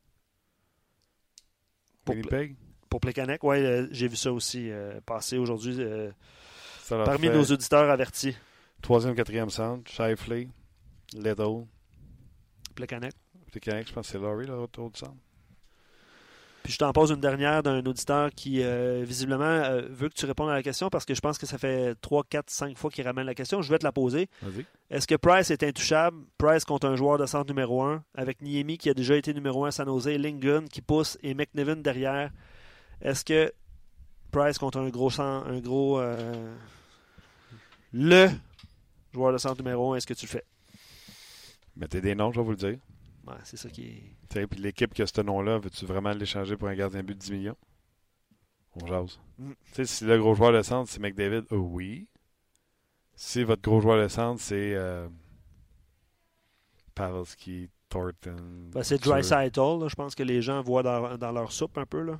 Winnipeg. Pour Plekanec, oui, j'ai vu ça aussi passer aujourd'hui Ça parmi nos auditeurs avertis. 3e, 4e centre, Shifley, Little. Plekanec, je pense que c'est Laurie, l'autre centre. Puis je t'en pose une dernière d'un auditeur qui, visiblement, veut que tu répondes à la question parce que je pense que ça fait 3, 4, 5 fois qu'il ramène la question. Je vais te la poser. Vas-y. Est-ce que Price est intouchable? Price contre un joueur de centre numéro 1 avec Niemi qui a déjà été numéro 1 à San Jose, Lingun qui pousse et McNiven derrière. Est-ce que Price contre le joueur de centre numéro 1, est-ce que tu le fais? Mettez des noms, je vais vous le dire. Ouais, c'est ça qui est... Puis l'équipe qui a ce nom-là, veux-tu vraiment l'échanger pour un gardien de but de 10 millions? On jase. Si le gros joueur de centre, c'est McDavid, oui. Si votre gros joueur de centre, c'est Pavelski, Thornton... c'est Draisaitl, je pense que les gens voient dans leur soupe un peu, là.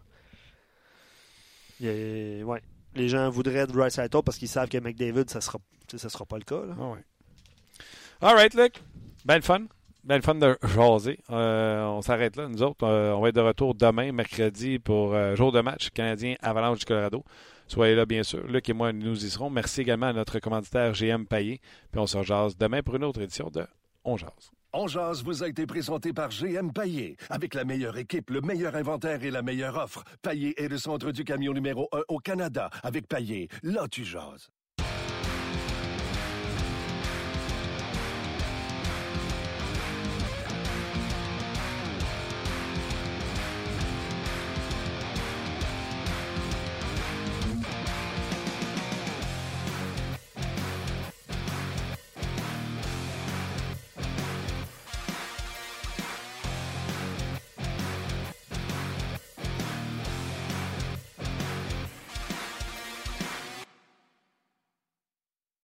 Ouais. Les gens voudraient Draisaitl parce qu'ils savent que McDavid, ça sera pas le cas. Là. Oh, ouais. All right, Luc. Ben le fun de jaser. On s'arrête là. Nous autres, on va être de retour demain, mercredi, pour jour de match Canadien Avalanche du Colorado. Soyez là, bien sûr. Luc et moi, nous y serons. Merci également à notre commanditaire GM Payet. Puis on se jase demain pour une autre édition de On jase. On jase vous a été présenté par GM Payet. Avec la meilleure équipe, le meilleur inventaire et la meilleure offre. Payet est le centre du camion numéro 1 au Canada. Avec Payet, là tu jases.